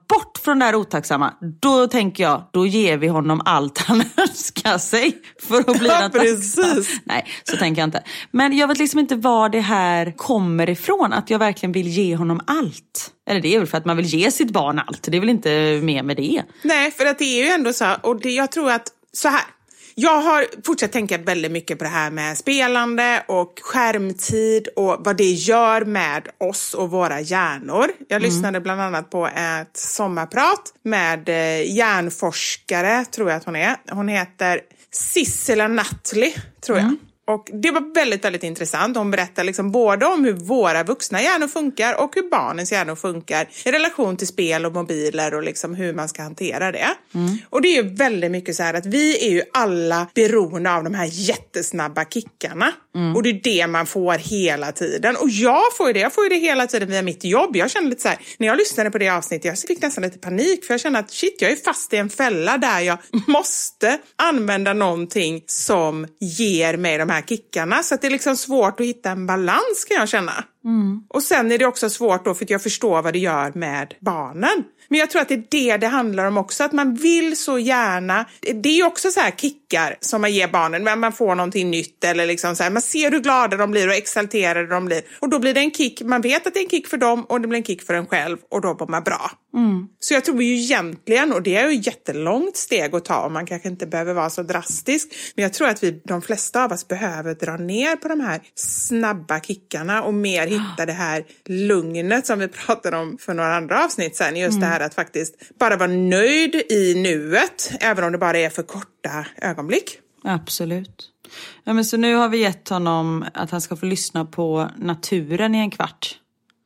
från det här otacksamma. Då tänker jag, då ger vi honom allt han önskar sig för att bli en precis. Nej, så tänker jag inte. Men jag vet liksom inte var det här kommer ifrån. Att jag verkligen vill ge honom allt. Eller det är väl för att man vill ge sitt barn allt. Det är väl inte mer med det. Nej, för att det är ju ändå så. Och jag tror att så här. Jag har fortsatt tänka väldigt mycket på det här med spelande och skärmtid och vad det gör med oss och våra hjärnor. Jag lyssnade bland annat på ett sommarprat med hjärnforskare, tror jag att hon är. Hon heter Sissela Nattli, tror jag. Och det var väldigt, väldigt intressant. Hon berättar liksom både om hur våra vuxna hjärnor funkar och hur barnens hjärnor funkar i relation till spel och mobiler och liksom hur man ska hantera det. Och det är ju väldigt mycket så här att vi är ju alla beroende av de här jättesnabba kickarna. Och det är det man får hela tiden. Och jag får ju det hela tiden via mitt jobb. Jag kände lite så här, när jag lyssnade på det avsnittet, jag fick nästan lite panik. För jag kände att shit, jag är fast i en fälla där jag måste använda någonting som ger mig de här kickarna. Så att det är liksom svårt att hitta en balans, kan jag känna. Och sen är det också svårt då för att jag förstår vad det gör med barnen. Men jag tror att det är det handlar om också. Att man vill så gärna. Det är ju också så här kickar som man ger barnen. Men man får någonting nytt. Eller liksom så här, man ser hur glada de blir och exalterade de blir. Och då blir det en kick. Man vet att det är en kick för dem. Och det blir en kick för en själv. Och då blir man bra. Så jag tror ju egentligen. Och det är ju ett jättelångt steg att ta. Och man kanske inte behöver vara så drastisk. Men jag tror att de flesta av oss behöver dra ner på de här snabba kickarna. Och mer hitta det här lugnet som vi pratade om för några andra avsnitt sen. Just det här att faktiskt bara vara nöjd i nuet. Även om det bara är för korta ögonblick. Absolut. Ja, men så nu har vi gett honom att han ska få lyssna på naturen i en kvart.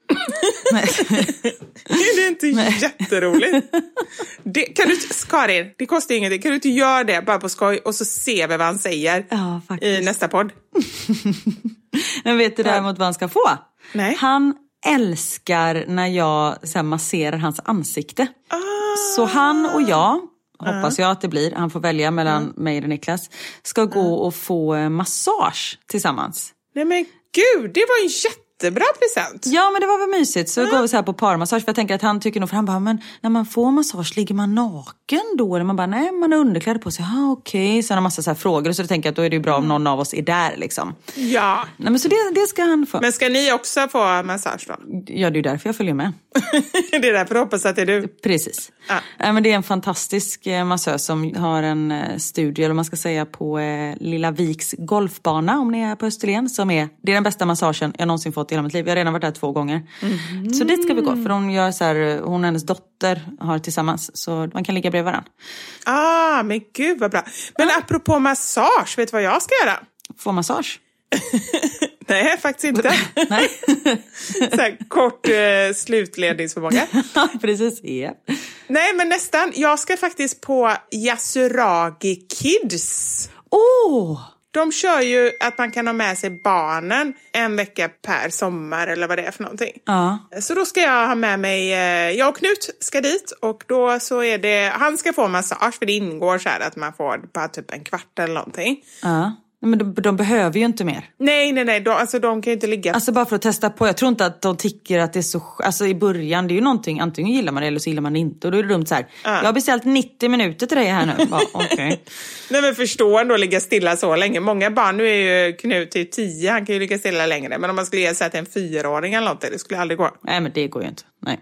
Det är inte jätteroligt. Kan du, Karin, det kostar ingenting. Kan du inte göra det bara på skoj och så ser vi vad han säger i nästa podd? Men vet du däremot vad han ska få? Nej. Han älskar när jag så här, masserar hans ansikte. Så han och jag, hoppas jag att det blir, han får välja mellan mig och Niklas, ska gå och få massage tillsammans. Nej men gud, det var en jättebra present. Ja, men det var väl mysigt. Så går vi så här på parmassage. För jag tänker att han tycker nog, för han bara, men när man får massage, ligger man naken då? Eller man bara, nej, man har underkläder på sig. Ja, okej. Så han har massa så här frågor. Så jag tänker att då är det ju bra om någon av oss är där liksom. Ja. Nej, men så det ska han få. Men ska ni också få massage då? Ja, det är ju därför jag följer med. Det är därför jag hoppas att det är du. Precis. Men det är en fantastisk massös som har en studio, eller man ska säga, på Lilla Viks golfbana, om ni är på Österlen, det är den bästa massagen jag någonsin fått i hela mitt liv. Jag har redan varit där 2 gånger. Så dit ska vi gå, för de gör så här, hon och hennes dotter har tillsammans, så man kan ligga bredvid varandra. Men gud vad bra. Men apropå massage, vet du vad jag ska göra? Få massage? Nej, faktiskt inte. Nej. Så här, kort slutledningsförmåga. Precis, ja. Nej, men nästan. Jag ska faktiskt på Yasuragi Kids. De kör ju att man kan ha med sig barnen 1 vecka per sommar, eller vad det är för någonting. Så då ska jag ha med mig, jag och Knut ska dit, och då så är det, han ska få massage, för det ingår så här att man får bara typ en kvart eller någonting. Men de behöver ju inte mer. Nej. De kan ju inte ligga. Alltså bara för att testa på. Jag tror inte att de tycker att det är så... Alltså i början, det är ju någonting. Antingen gillar man det eller så gillar man det inte. Och då är det dumt så här. Jag har beställt 90 minuter till dig här nu. Okay. Nej, men förstå ändå ligga stilla så länge. Många barn, nu är ju Knut till 10. Han kan ju ligga stilla längre. Men om man skulle ge sig till en 4-åring eller något, det skulle aldrig gå. Nej, men det går ju inte. Nej.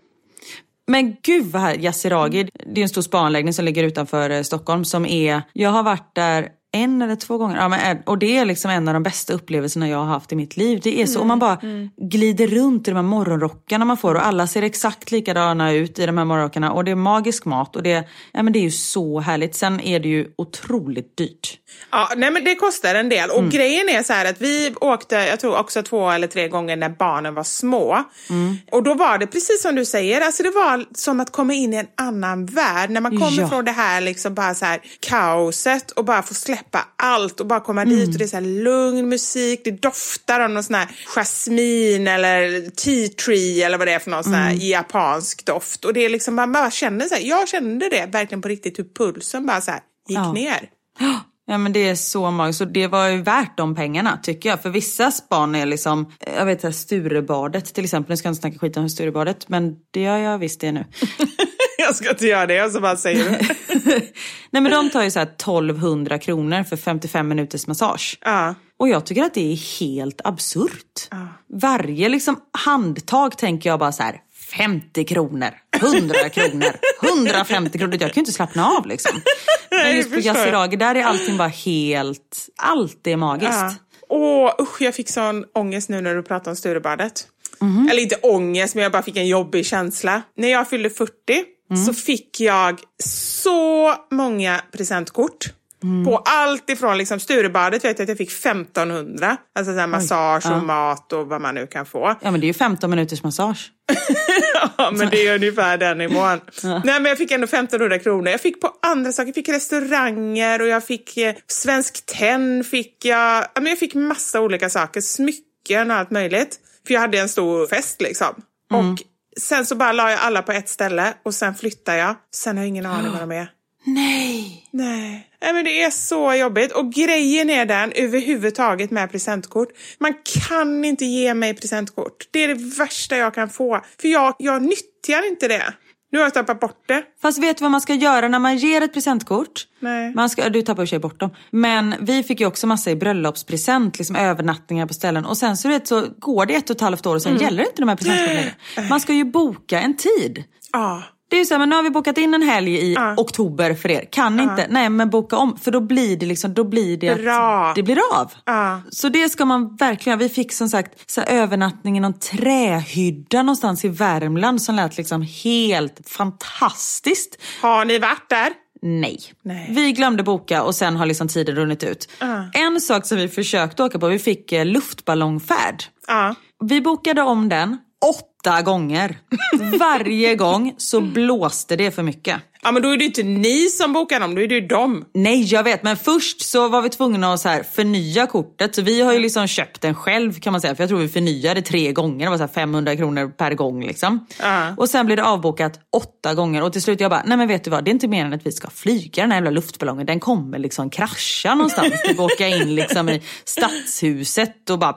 Men gud vad här, Yasuragi. Det är en stor spaanläggning som ligger utanför Stockholm. Som är... Jag har varit där 1 eller 2 gånger. Ja, men, och det är liksom en av de bästa upplevelserna jag har haft i mitt liv. Det är så, och man bara glider runt i de här morgonrockarna man får. Och alla ser exakt likadana ut i de här morgonrockarna. Och det är magisk mat. Och det är ju så härligt. Sen är det ju otroligt dyrt. Ja, nej, men det kostar en del. Och grejen är så här att vi åkte, jag tror också 2 eller 3 gånger när barnen var små. Och då var det precis som du säger. Alltså det var som att komma in i en annan värld. När man kommer från det här liksom bara så här kaoset och bara få släppa allt och bara komma dit, och det är så här lugn musik, det doftar av någon sån här jasmin eller tea tree eller vad det är för någon sån här japansk doft, och det är liksom, man bara känner så här, jag kände det verkligen på riktigt, hur pulsen bara så här gick ner. Ja, men det är så magiskt. Och det var ju värt de pengarna, tycker jag. För vissa span är liksom, jag vet inte, Sturebadet till exempel. Nu ska jag inte snacka skit om Sturebadet, men det gör jag visst det nu. Jag ska inte göra det, och så bara säger du. Nej, men de tar ju så här 1200 kronor för 55 minuters massage. Och jag tycker att det är helt absurt. Varje liksom handtag tänker jag bara så här, 50 kronor, 100 kronor, 150 kronor. Jag kan ju inte slappna av liksom. Men just på Yassiragi, där är allting bara helt, allt är magiskt. Jag fick sån ångest nu när du pratade om Sturebadet. Eller inte ångest, men jag bara fick en jobbig känsla. När jag fyllde 40 så fick jag så många presentkort. På allt ifrån liksom Sturebadet vet jag att jag fick 1500. Alltså så här massage och mat och vad man nu kan få. Ja, men det är ju 15 minuters massage. Ja, men det är ungefär den nivån. Nej, men jag fick ändå 1500 kronor. Jag fick på andra saker. Jag fick restauranger och jag fick Svensk Tenn fick jag. Men jag fick massa olika saker. Smycken och allt möjligt. För jag hade en stor fest liksom. Och sen så bara la jag alla på ett ställe. Och sen flyttade jag. Sen har jag ingen aning vad de är. Nej. Nej, men det är så jobbigt. Och grejen är den överhuvudtaget med presentkort. Man kan inte ge mig presentkort. Det är det värsta jag kan få. För jag nyttjar inte det. Nu har jag tappat bort det. Fast vet du vad man ska göra när man ger ett presentkort? Nej. Du tappar ju sig bort dem. Men vi fick ju också massa i bröllopspresent. Liksom övernattningar på ställen. Och sen så går det 1,5 år och sen gäller inte de här presentkorten. Man ska ju boka en tid. Det är ju så här, men nu har vi bokat in en helg i oktober för er. Kan inte, nej men boka om. För då blir det liksom, att det blir av. Så det ska man verkligen, vi fick som sagt så här, övernattning i någon trähydda någonstans i Värmland som lät liksom helt fantastiskt. Har ni varit där? Nej. Vi glömde boka och sen har liksom tiden runnit ut. En sak som vi försökte åka på, vi fick luftballongfärd. Vi bokade om den 8 gånger. Varje gång så blåste det för mycket. Ja, men då är det inte ni som bokar dem, då är det ju dem. Nej, jag vet, men först så var vi tvungna att så här förnya kortet. Så vi har ju liksom köpt den själv kan man säga. För jag tror vi förnyade 3 gånger. Det var så här 500 kronor per gång liksom. Och sen blev det avbokat 8 gånger. Och till slut jag bara, nej men vet du vad, det är inte mer än att vi ska flyga den här jävla luftballongen. Den kommer liksom krascha någonstans. Typ åka in liksom i stadshuset och bara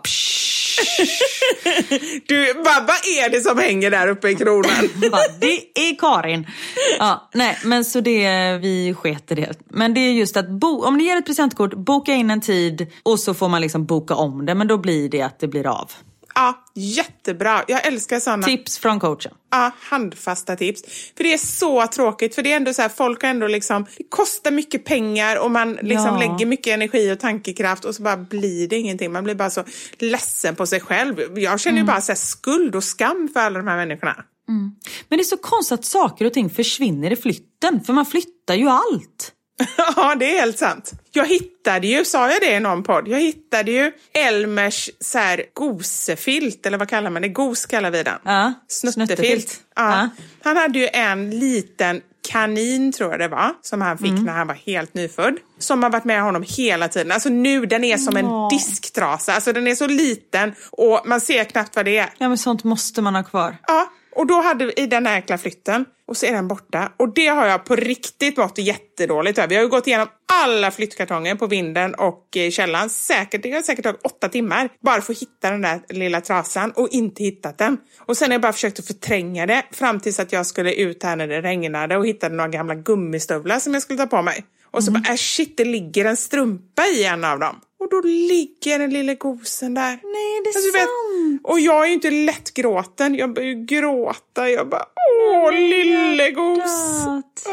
Du, vad är det som hänger där uppe i kronan? Det är Karin. Ja, nej, men så det, vi sketer det. Men det är just att om ni ger ett presentkort, boka in en tid och så får man liksom boka om det. Men då blir det att det blir av. Ja, jättebra. Jag älskar sådana. Tips från coachen. Ja, handfasta tips. För det är så tråkigt. För det är ändå så här, folk har ändå liksom, det kostar mycket pengar och man liksom lägger mycket energi och tankekraft och så bara blir det ingenting. Man blir bara så ledsen på sig själv. Jag känner ju bara så här skuld och skam för alla de här människorna. Men det är så konstigt att saker och ting försvinner i flytten. För man flyttar ju allt. Ja, det är helt sant. Jag hittade ju, sa jag det i någon podd? Jag hittade ju Elmers så här gosefilt, eller vad kallar man det? Gos kallar vi den. Ja, snuttefilt. Ja. Han hade ju en liten kanin, tror jag det var, som han fick när han var helt nyfödd. Som har varit med honom hela tiden. Alltså nu, den är som en disktrasa. Alltså den är så liten och man ser knappt vad det är. Ja, men sånt måste man ha kvar. Ja. Och då hade vi i den här äkla flytten och så är den borta. Och det har jag på riktigt mått jättedåligt. Vi har ju gått igenom alla flyttkartonger på vinden och källan. Det har säkert tagit 8 timmar bara för att hitta den där lilla trasan och inte hittat den. Och sen har jag bara försökt att förtränga det fram tills att jag skulle ut här när det regnade och hittade några gamla gummistövlar som jag skulle ta på mig. Och så bara, shit, det ligger en strumpa i en av dem. Och då ligger den lilla gosen där. Nej, det är sant. Och jag är ju inte lättgråten. Jag börjar ju gråta. Jag bara, lille gos.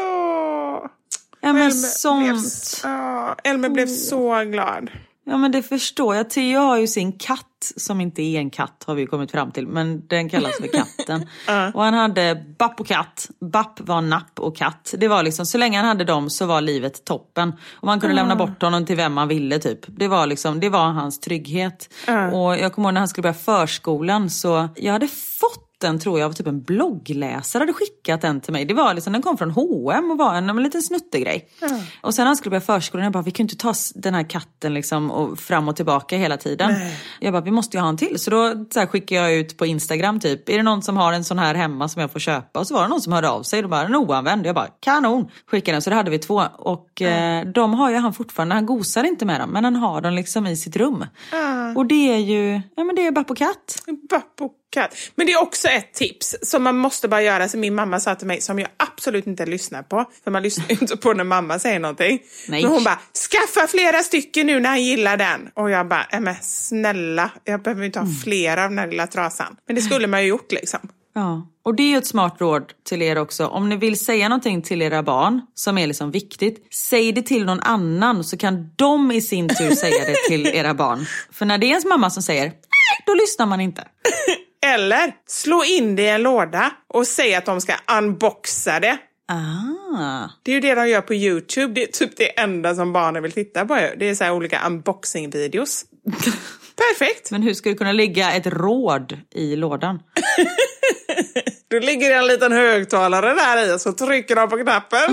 Ja, men sånt. Elmer blev så glad. Ja, men det förstår jag. Theo har ju sin katt som inte är en katt, har vi kommit fram till. Men den kallas för katten. Och han hade Bapp och katt. Bapp var napp och katt. Det var liksom, så länge han hade dem så var livet toppen. Och man kunde lämna bort honom till vem man ville typ. Det var liksom, det var hans trygghet. Och jag kommer ihåg när han skulle börja förskolan så jag hade fått den, tror jag, av typ en bloggläsare hade skickat den till mig. Det var liksom, den kom från H&M och var en liten snuttegrej. Och sen han skulle börja förskolan, jag bara, vi kan inte ta den här katten liksom och fram och tillbaka hela tiden. Jag bara, vi måste ju ha en till. Så då så här, skickade jag ut på Instagram typ, är det någon som har en sån här hemma som jag får köpa? Och så var det någon som hörde av sig och bara, en oanvänd. Jag bara, kanon, skickade den. Så det hade vi 2. Och de har ju han fortfarande, han gosar inte med dem, men han har dem liksom i sitt rum. Och det är ju, ja men det är Bapp och katt. Bapp och Katt. Men det är också ett tips som man måste bara göra, som min mamma sa till mig, som jag absolut inte lyssnar på. För man lyssnar inte på när mamma säger någonting. Nej. Men hon bara, skaffa flera stycken nu när han gillar den. Och jag bara, men snälla, jag behöver inte ha flera av den här lilla trasan. Men det skulle man ju gjort liksom. Ja, och det är ju ett smart råd till er också. Om ni vill säga någonting till era barn som är liksom viktigt, säg det till någon annan så kan de i sin tur säga det till era barn. För när det är ens mamma som säger, nej, då lyssnar man inte. Eller slå in det i en låda och säg att de ska unboxa det. Det är ju det de gör på YouTube. Det är typ det enda som barnen vill titta på. Det är så här olika unboxing-videos. Perfekt. Men hur ska det kunna ligga ett råd i lådan? Då ligger det en liten högtalare där i och så trycker de på knappen.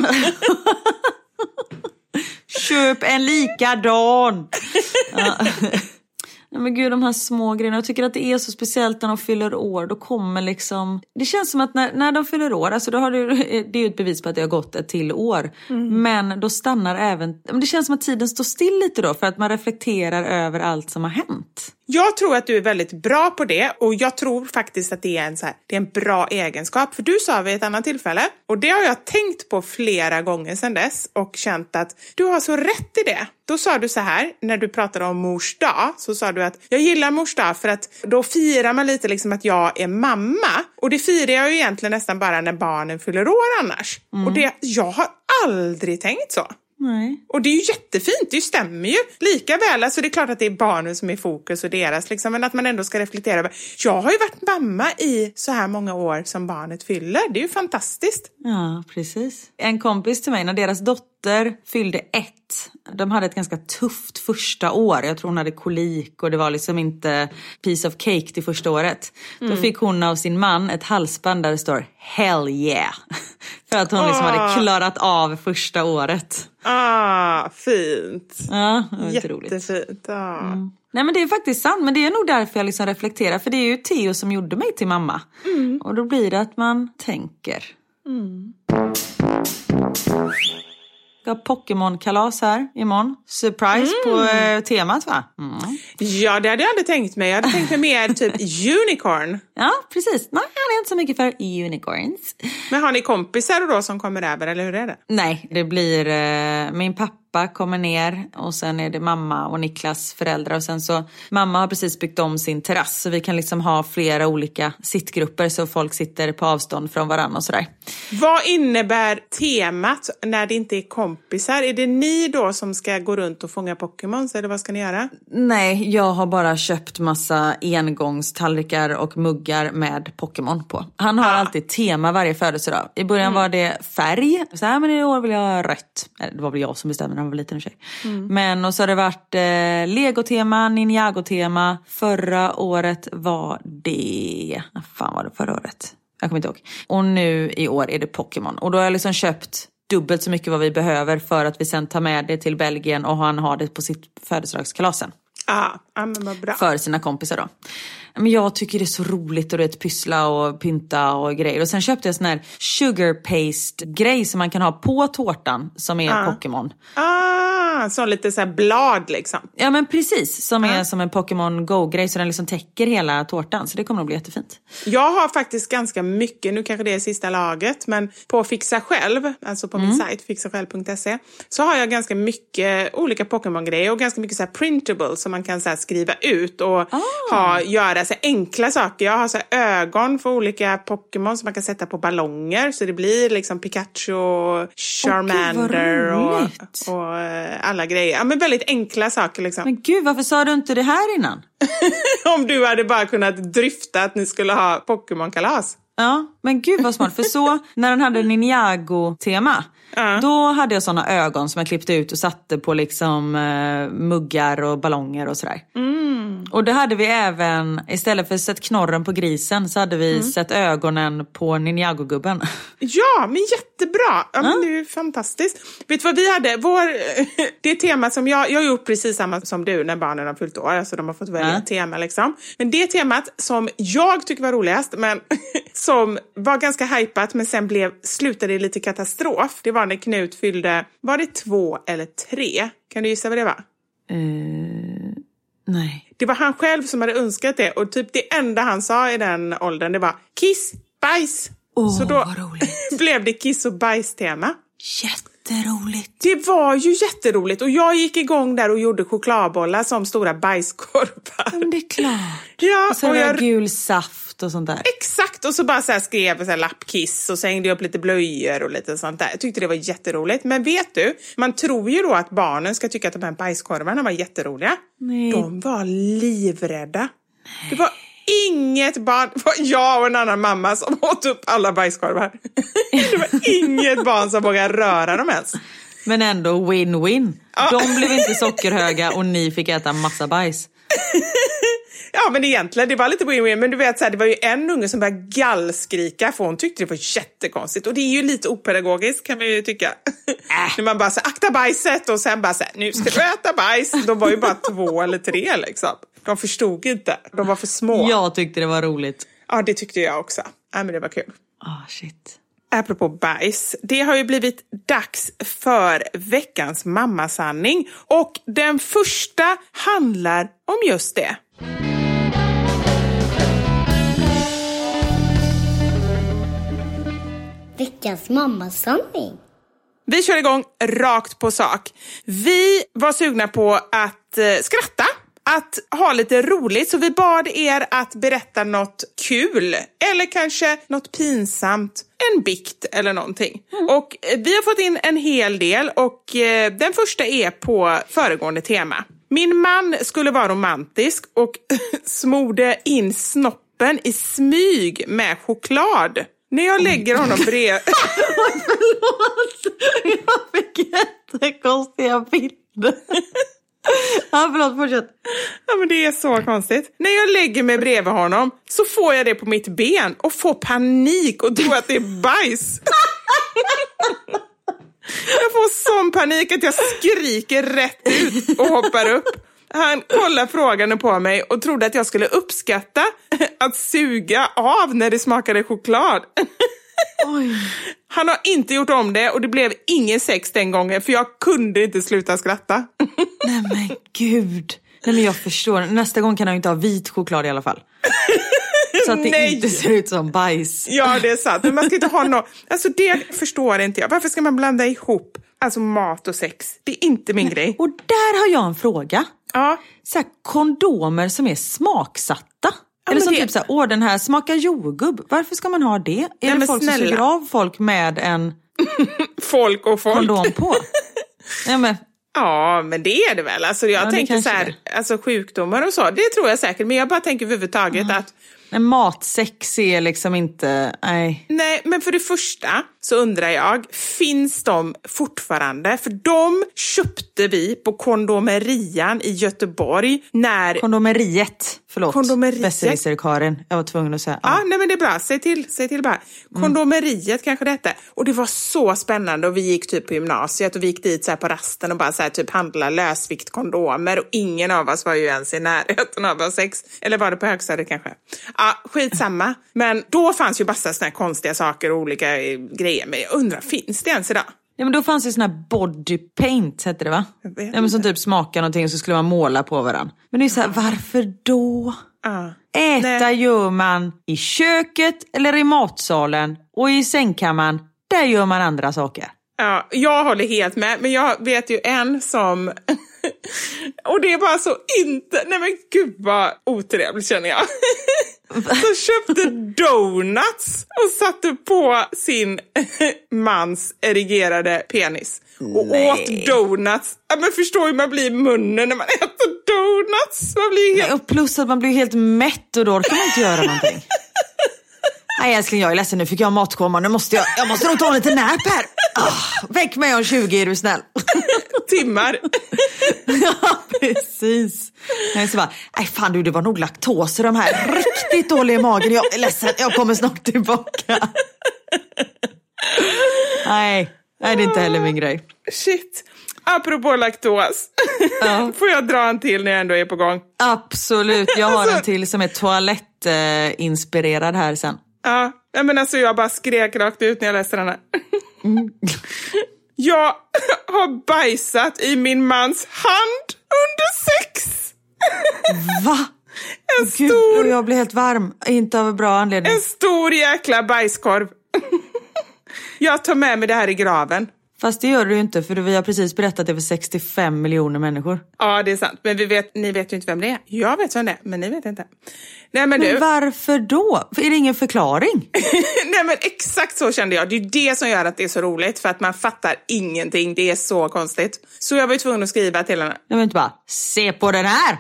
Köp en likadan. Nej men gud, de här små grejerna. Jag tycker att det är så speciellt när de fyller år. Då kommer liksom... Det känns som att när de fyller år, alltså då har det är ju ett bevis på att det har gått ett till år. Men då stannar även... Det känns som att tiden står still lite då, för att man reflekterar över allt som har hänt. Jag tror att du är väldigt bra på det, och jag tror faktiskt att det är en bra egenskap. För du sa vid ett annat tillfälle, och det har jag tänkt på flera gånger sedan dess och känt att du har så rätt i det. Då sa du så här, när du pratade om mors dag, så sa du att jag gillar mors dag för att då firar man lite liksom att jag är mamma. Och det firar jag ju egentligen nästan bara när barnen fyller år annars. Och jag har aldrig tänkt så. Nej. Och det är ju jättefint, det stämmer ju lika väl. Alltså det är klart att det är barnen som är fokus och deras liksom, men att man ändå ska reflektera över. Jag har ju varit mamma i så här många år som barnet fyller. Det är ju fantastiskt. Ja, precis. En kompis till mig, när deras dotter fyllde 1, de hade ett ganska tufft första år. Jag tror hon hade kolik och det var liksom inte piece of cake det första året. Då fick hon av sin man ett halsband där det står hell yeah. För att hon liksom hade klarat av första året. Fint. Ja, det var roligt. Jättefint. Nej men det är faktiskt sant, men det är nog därför jag liksom reflekterar. För det är ju Theo som gjorde mig till mamma. Och då blir det att man tänker. Jag har Pokémon-kalas här imorgon. Surprise på temat, va? Ja, det hade jag aldrig tänkt mig. Jag hade tänkt mig mer typ unicorn. Ja, precis. Nej, jag är inte så mycket för unicorns. Men har ni kompisar då som kommer över, eller hur är det? Nej, det blir min pappa kommer ner och sen är det mamma och Niklas föräldrar. Och sen så, mamma har precis byggt om sin terrass så vi kan liksom ha flera olika sittgrupper så folk sitter på avstånd från varandra och sådär. Vad innebär temat när det inte är kompisar? Är det ni då som ska gå runt och fånga Pokémon, eller vad ska ni göra? Nej, jag har bara köpt massa engångstallrikar och muggar med Pokémon på. Han har alltid tema varje födelsedag. I början var det färg. Så här, men i år vill jag ha rött. Det var väl jag som bestämde när han var liten tjej. Men och så har det varit Lego-tema, Ninjago-tema. Förra året var det... Fan var det förra året? Jag kommer inte ihåg. Och nu i år är det Pokémon. Och då har jag liksom köpt dubbelt så mycket vad vi behöver för att vi sen tar med det till Belgien och han har det på sitt födelsedagskalasen. Men vad bra. För sina kompisar då. Men jag tycker det är så roligt att det pyssla och pynta och grejer. Och sen köpte jag sån här sugar paste grej som man kan ha på tårtan som är Pokémon. Så lite så här blad liksom. Ja men precis, som är som en Pokémon Go-grej så den liksom täcker hela tårtan. Så det kommer att bli jättefint. Jag har faktiskt ganska mycket, nu kanske det är sista laget, men på Fixa Själv, alltså på min sajt fixasjälv.se, så har jag ganska mycket olika Pokémon-grejer och ganska mycket så här printable som man kan så här skriva ut och göra så här enkla saker. Jag har så här ögon för olika Pokémon som man kan sätta på ballonger så det blir liksom Pikachu och Charmander och alla grejer. Ja, men väldigt enkla saker liksom. Men gud, varför sa du inte det här innan? Om du hade bara kunnat dryfta att ni skulle ha Pokémon-kalas. Ja, men gud vad smart. För så, när den hade Ninjago-tema, då hade jag såna ögon som jag klippte ut och satte på liksom muggar och ballonger och sådär. Och det hade vi även, istället för att sätta knorren på grisen så hade vi sett ögonen på Ninjago-gubben. Ja, men jättebra. Ja, men det är ju fantastiskt. Vet du vad vi hade? Det temat som jag har gjort precis samma som du när barnen har fyllt år. Alltså de har fått välja tema liksom. Men det temat som jag tycker var roligast, men som var ganska hypat men sen slutade i lite katastrof. Det var när Knut fyllde, var det 2 eller 3? Kan du gissa vad det var? Nej. Det var han själv som hade önskat det. Och typ det enda han sa i den åldern, det var kiss, bajs. Så då vad roligt. blev det kiss- och bajs-tema. Jätteroligt. Det var ju jätteroligt. Och jag gick igång där och gjorde chokladbollar som stora bajskorvar. Men det är klart. Ja, och så jag... gul saft och sånt där. Exakt, och så bara så här skrev så här lappkiss och så hängde jag upp lite blöjor och lite sånt där. Jag tyckte det var jätteroligt. Men vet du, man tror ju då att barnen ska tycka att de här bajskorvarna var jätteroliga. Nej. De var livrädda. Nej. Det var inget barn, det var jag och en annan mamma som åt upp alla bajskorvar. Det var inget barn som vågade röra dem ens. Men ändå win-win. Ja. De blev inte sockerhöga och ni fick äta massa bajs. Ja, men egentligen, det var lite win-win. Men du vet, så här, det var ju en unge som började gallskrika för hon tyckte det var jättekonstigt. Och det är ju lite opedagogiskt kan man ju tycka. När man bara så akta bajset och sen bara så här, nu ska du äta bajs. De var ju bara 2 eller 3 liksom. De förstod inte, de var för små. Jag tyckte det var roligt. Ja, det tyckte jag också. Ja, men det var kul. Shit. Apropå bajs, det har ju blivit dags för veckans mammasanning. Och den första handlar om just det. Veckans mammasanning. Vi kör igång rakt på sak. Vi var sugna på att skratta, att ha lite roligt. Så vi bad er att berätta något kul eller kanske något pinsamt, en bikt eller någonting. Och vi har fått in en hel del och den första är på föregående tema. Min man skulle vara romantisk och smorde in snoppen i smyg med choklad. När jag lägger honom brev... Förlåt, jag fick jättekonstiga bilder. Ja, förlåt, fortsätt. Ja, men det är så konstigt. När jag lägger mig bredvid honom så får jag det på mitt ben och får panik och tror att det är bajs. Jag får sån panik att jag skriker rätt ut och hoppar upp. Han kollade frågande på mig och trodde att jag skulle uppskatta att suga av när det smakade choklad. Oj. Han har inte gjort om det och det blev ingen sex den gången för jag kunde inte sluta skratta. Nej men gud. Nej men jag förstår. Nästa gång kan han ju inte ha vit choklad i alla fall. Så att det inte ser ut som bajs. Ja, det är sant. Men man ska inte ha något... Alltså det förstår inte jag. Varför ska man blanda ihop alltså mat och sex? Det är inte min grej. Och där har jag en fråga. Ja. Så här, kondomer som är smaksatta. Eller som typ så här, den här smakar jordgubb. Varför ska man ha det? Är det folk som suger av folk med en folk kondom på? Ja, men det är det väl. Alltså jag tänker så här, alltså sjukdomar och så, det tror jag säkert. Men jag bara tänker överhuvudtaget att... Men matsex är liksom inte... Nej, men för det första så undrar jag, finns de fortfarande? För de köpte vi på kondomerian i Göteborg när... Kondomeriet, förlåt. Kondomeriet. Besserwisser Karin, jag var tvungen att säga. Ja, nej men det är bra, säg till bara. Kondomeriet kanske det hette. Och det var så spännande och vi gick typ på gymnasiet och vi gick dit så här på rasten och bara så här typ handla lösvikt kondomer och ingen av oss var ju ens i närheten av sex. Eller var det på högstadiet kanske? Ja, skitsamma. Men då fanns ju bara såna här konstiga saker och olika grejer. Men jag undrar, finns det ens idag? Ja, men då fanns det sån här body paint, hette det va? Ja, men som typ smakar någonting och så skulle man måla på varandra. Men det är så här, varför då? Äta gör man i köket eller i matsalen och i sängkammaren, där gör man andra saker. Ja, jag håller helt med. Men jag vet ju en som... och det är bara så inte... Nej men gud vad otrevligt känner jag. Så köpte donuts och satte på sin mans erigerade penis. Och åt donuts. Ja, men förstår hur man blir i munnen när man äter donuts. Man blir helt... Och plus att man blir helt mätt och då orkar man inte göra någonting. Nej älskling, jag är ledsen, nu fick jag matkoma. Nu måste jag måste nog ta en liten nap här. Väck mig om 20, är du snäll. Timmar. Ja, precis. Nej, så bara, nej fan du, det var nog laktos i de här riktigt dåliga i magen. Jag är ledsen, jag kommer snart tillbaka. Nej, det är inte heller min grej. Shit. Apropå laktos. Får jag dra en till när jag ändå är på gång? Absolut, jag har en till som är toalettinspirerad här sen. Ja, men alltså jag bara skrek rakt ut när jag läste den här. Jag har bajsat i min mans hand under sex. Va? En stor... Gud, jag blir helt varm. Inte av en bra anledning. En stor jäkla bajskorv. Jag tar med mig det här i graven. Fast det gör du ju inte, för vi har precis berättat det för 65 miljoner människor. Ja, det är sant. Men ni vet ju inte vem det är. Jag vet vem det är, men ni vet inte. Nej, men du... varför då? Är det ingen förklaring? Nej, men exakt så kände jag. Det är det som gör att det är så roligt. För att man fattar ingenting. Det är så konstigt. Så jag var ju tvungen att skriva till henne. Jag vill inte bara, se på den här!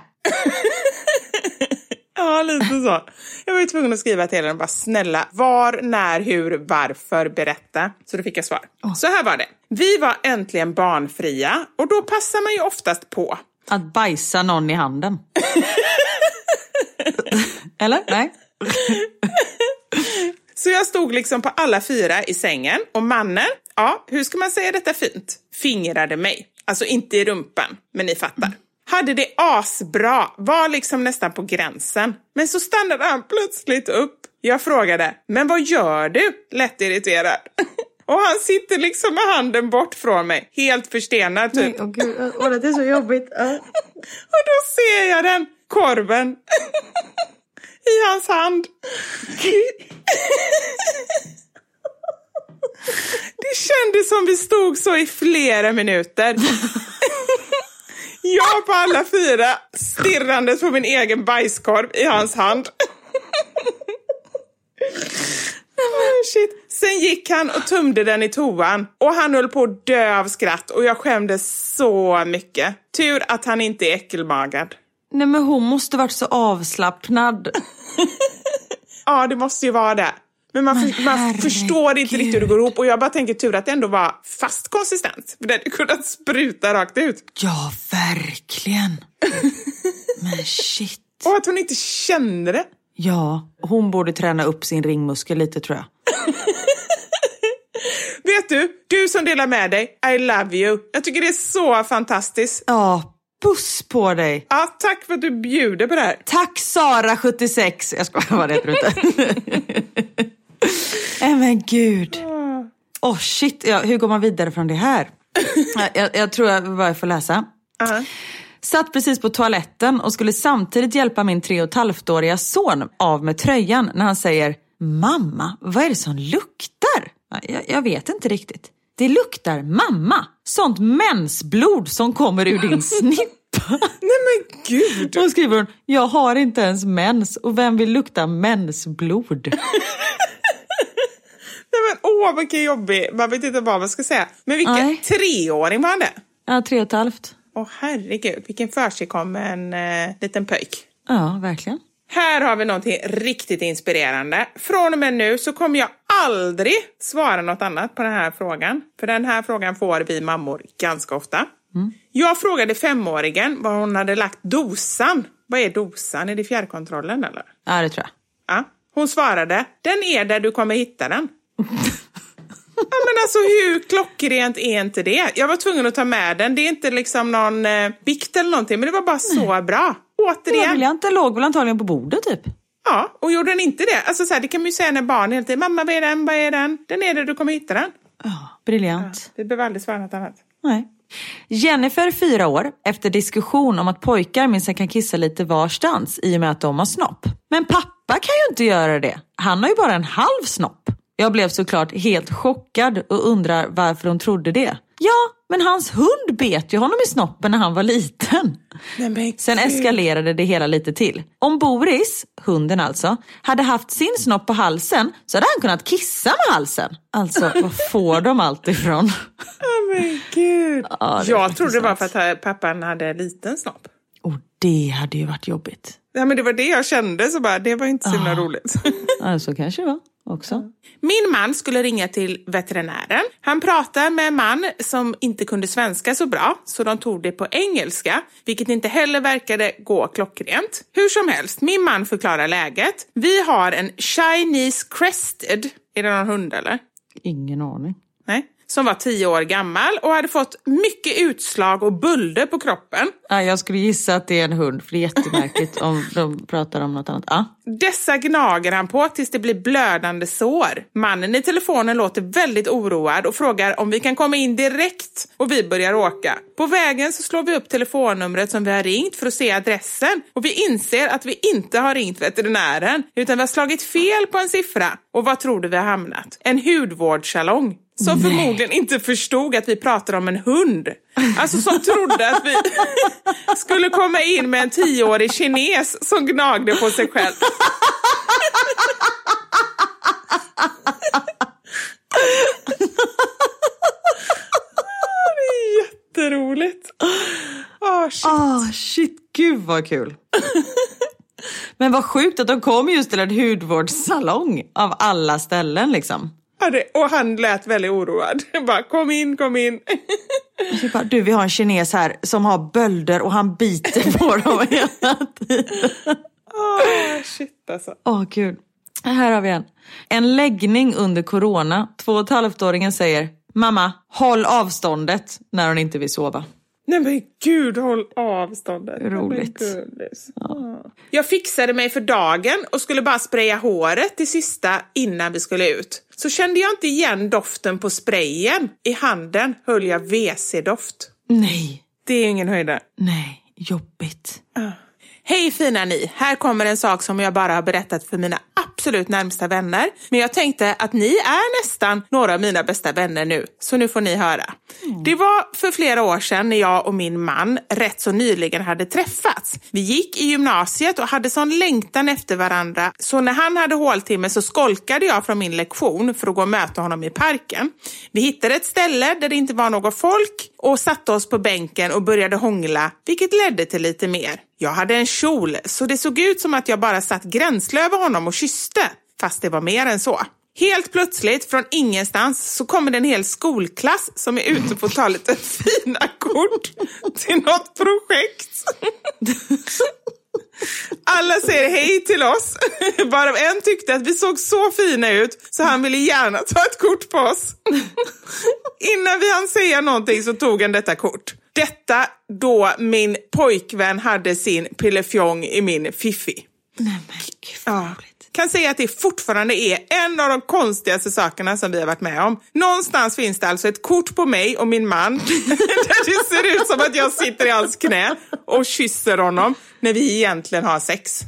Ja, lite så. Jag var ju tvungen att skriva till henne och bara, snälla, var, när, hur, varför, berätta. Så då fick jag svar. Så här var det. Vi var äntligen barnfria och då passar man ju oftast på att bajsa någon i handen. Eller? Nej. Så jag stod liksom på alla fyra i sängen och mannen, ja, hur ska man säga detta fint? Fingrade mig. Alltså inte i rumpan, men ni fattar. Hade det asbra, var liksom nästan på gränsen. Men så stannade han plötsligt upp. Jag frågade, men vad gör du? Lätt irriterad. Och han sitter liksom med handen bort från mig. Helt förstenad typ. Nej, gud, det är så jobbigt. Och då ser jag den korven i hans hand. Det kändes som vi stod så i flera minuter. Jag på alla fyra, stirrandes på min egen bajskorv i hans hand. Shit. Sen gick han och tömde den i toan. Och han höll på att dö av skratt. Och jag skämdes så mycket. Tur att han inte är äckelmagad. Nej, men hon måste varit så avslappnad. Ja, det måste ju vara det. Men man förstår inte riktigt hur det går ihop. Och jag bara tänker tur att det ändå var fast konsistens. För det hade kunnat spruta rakt ut. Ja, verkligen. Men shit. Och att hon inte känner det. Ja, hon borde träna upp sin ringmuskel lite, tror jag. Vet du som delar med dig, I love you. Jag tycker det är så fantastiskt. Ja, puss på dig. Ja, tack för att du bjuder på det här. Tack Sara 76. Jag ska vara rätt ute. Men gud. Shit, hur går man vidare från det här? jag tror jag bara får läsa. Satt precis på toaletten och skulle samtidigt hjälpa min 3,5-åriga son av med tröjan när han säger, mamma, vad är det som luktar? Jag vet inte riktigt. Det luktar mamma. Sånt mensblod som kommer ur din snippa. Nej men gud. Då skriver hon, jag har inte ens mens och vem vill lukta mensblod? Nej men vilken jobbig. Man vet inte vad man ska säga. Men vilken 3-åring var han det? Ja, 3,5. Herregud, vilken försigkommen liten pöjk. Ja, verkligen. Här har vi någonting riktigt inspirerande. Från och med nu så kommer jag aldrig svara något annat på den här frågan. För den här frågan får vi mammor ganska ofta. Jag frågade 5-åringen var hon hade lagt dosan. Vad är dosan? Är det fjärrkontrollen eller? Ja, det tror jag. Ja. Hon svarade, den är där du kommer hitta den. Ja, men alltså hur klockrent är inte det? Jag var tvungen att ta med den. Det är inte liksom någon bikt eller någonting, men det var bara så bra. Återigen. Briljanten låg väl antagligen på bordet typ. Ja, och gjorde den inte det? Alltså så här, det kan man ju säga när barn hela tiden, mamma vad är den, vad är den? Den är där du kommer hitta den. Ja, briljant. Ja, det behöver aldrig svara något annat. Nej. Jennifer 4 år efter diskussion om att pojkar minst kan kissa lite varstans i och med att de har snopp. Men pappa kan ju inte göra det. Han har ju bara en halv snopp. Jag blev såklart helt chockad och undrar varför hon trodde det. Ja, men hans hund bet ju honom i snoppen när han var liten. Sen eskalerade det hela lite till. Om Boris, hunden alltså, hade haft sin snopp på halsen så hade han kunnat kissa med halsen. Alltså, var får de allt ifrån? Men gud. Ja, jag trodde det var för att pappan hade liten snopp. Och det hade ju varit jobbigt. Ja, men det var det jag kände, så bara, det var inte så himla roligt. Ja, så kanske det var också. Min man skulle ringa till veterinären. Han pratade med en man som inte kunde svenska så bra, så de tog det på engelska, vilket inte heller verkade gå klockrent. Hur som helst, min man förklarar läget. Vi har en Chinese Crested. Är det någon hund eller? Ingen aning. Nej. som var 10 år gammal och hade fått mycket utslag och bölder på kroppen. Ja, jag skulle gissa att det är en hund, för det är jättemärkligt om de pratar om något annat. Ja. Dessa gnager han på tills det blir blödande sår. Mannen i telefonen låter väldigt oroad och frågar om vi kan komma in direkt, och vi börjar åka. På vägen så slår vi upp telefonnumret som vi har ringt för att se adressen, och vi inser att vi inte har ringt veterinären utan vi har slagit fel på en siffra. Och vad tror du vi har hamnat? En hudvårdssalong som förmodligen inte förstod att vi pratade om en hund. Alltså som trodde att vi skulle komma in med en 10-årig kines som gnagde på sig själv. Det är jätteroligt. Shit, gud vad kul. Men vad sjukt att de kom just till en hudvårdssalong av alla ställen liksom. Och han lät väldigt oroad. Bara, kom in. Bara, du, vi har en kines här som har bölder och han biter på dem hela tiden. Shit alltså. Gud. Här har vi en. En läggning under corona. 2,5-åringen säger: mamma, håll avståndet, när hon inte vill sova. Nej men gud, håll avståndet. Roligt. Ja. Jag fixade mig för dagen och skulle bara spraya håret till sista innan vi skulle ut. Så kände jag inte igen doften på sprayen. I handen höll jag WC-doft. Nej. Det är ingen höjda. Nej, jobbigt. Hej fina ni, här kommer en sak som jag bara har berättat för mina absolut närmsta vänner. Men jag tänkte att ni är nästan några av mina bästa vänner nu, så nu får ni höra. Det var för flera år sedan när jag och min man rätt så nyligen hade träffats. Vi gick i gymnasiet och hade sån längtan efter varandra, så när han hade håltimme så skolkade jag från min lektion för att gå och möta honom i parken. Vi hittade ett ställe där det inte var något folk och satte oss på bänken och började hångla, vilket ledde till lite mer. Jag hade en kjol, så det såg ut som att jag bara satt gränsle över honom och kysste, fast det var mer än så. Helt plötsligt, från ingenstans, så kommer det en hel skolklass som är ute på att ta lite fina kort till något projekt. Alla säger hej till oss. Bara en tyckte att vi såg så fina ut så han ville gärna ta ett kort på oss. Innan vi hann säga någonting så tog han detta kort. Detta då min pojkvän hade sin pillefjong i min fiffi. Nej men gud, vad roligt. Kan säga att det fortfarande är en av de konstigaste sakerna som vi har varit med om. Någonstans finns det alltså ett kort på mig och min man där det ser ut som att jag sitter i hans knä och kysser honom när vi egentligen har sex.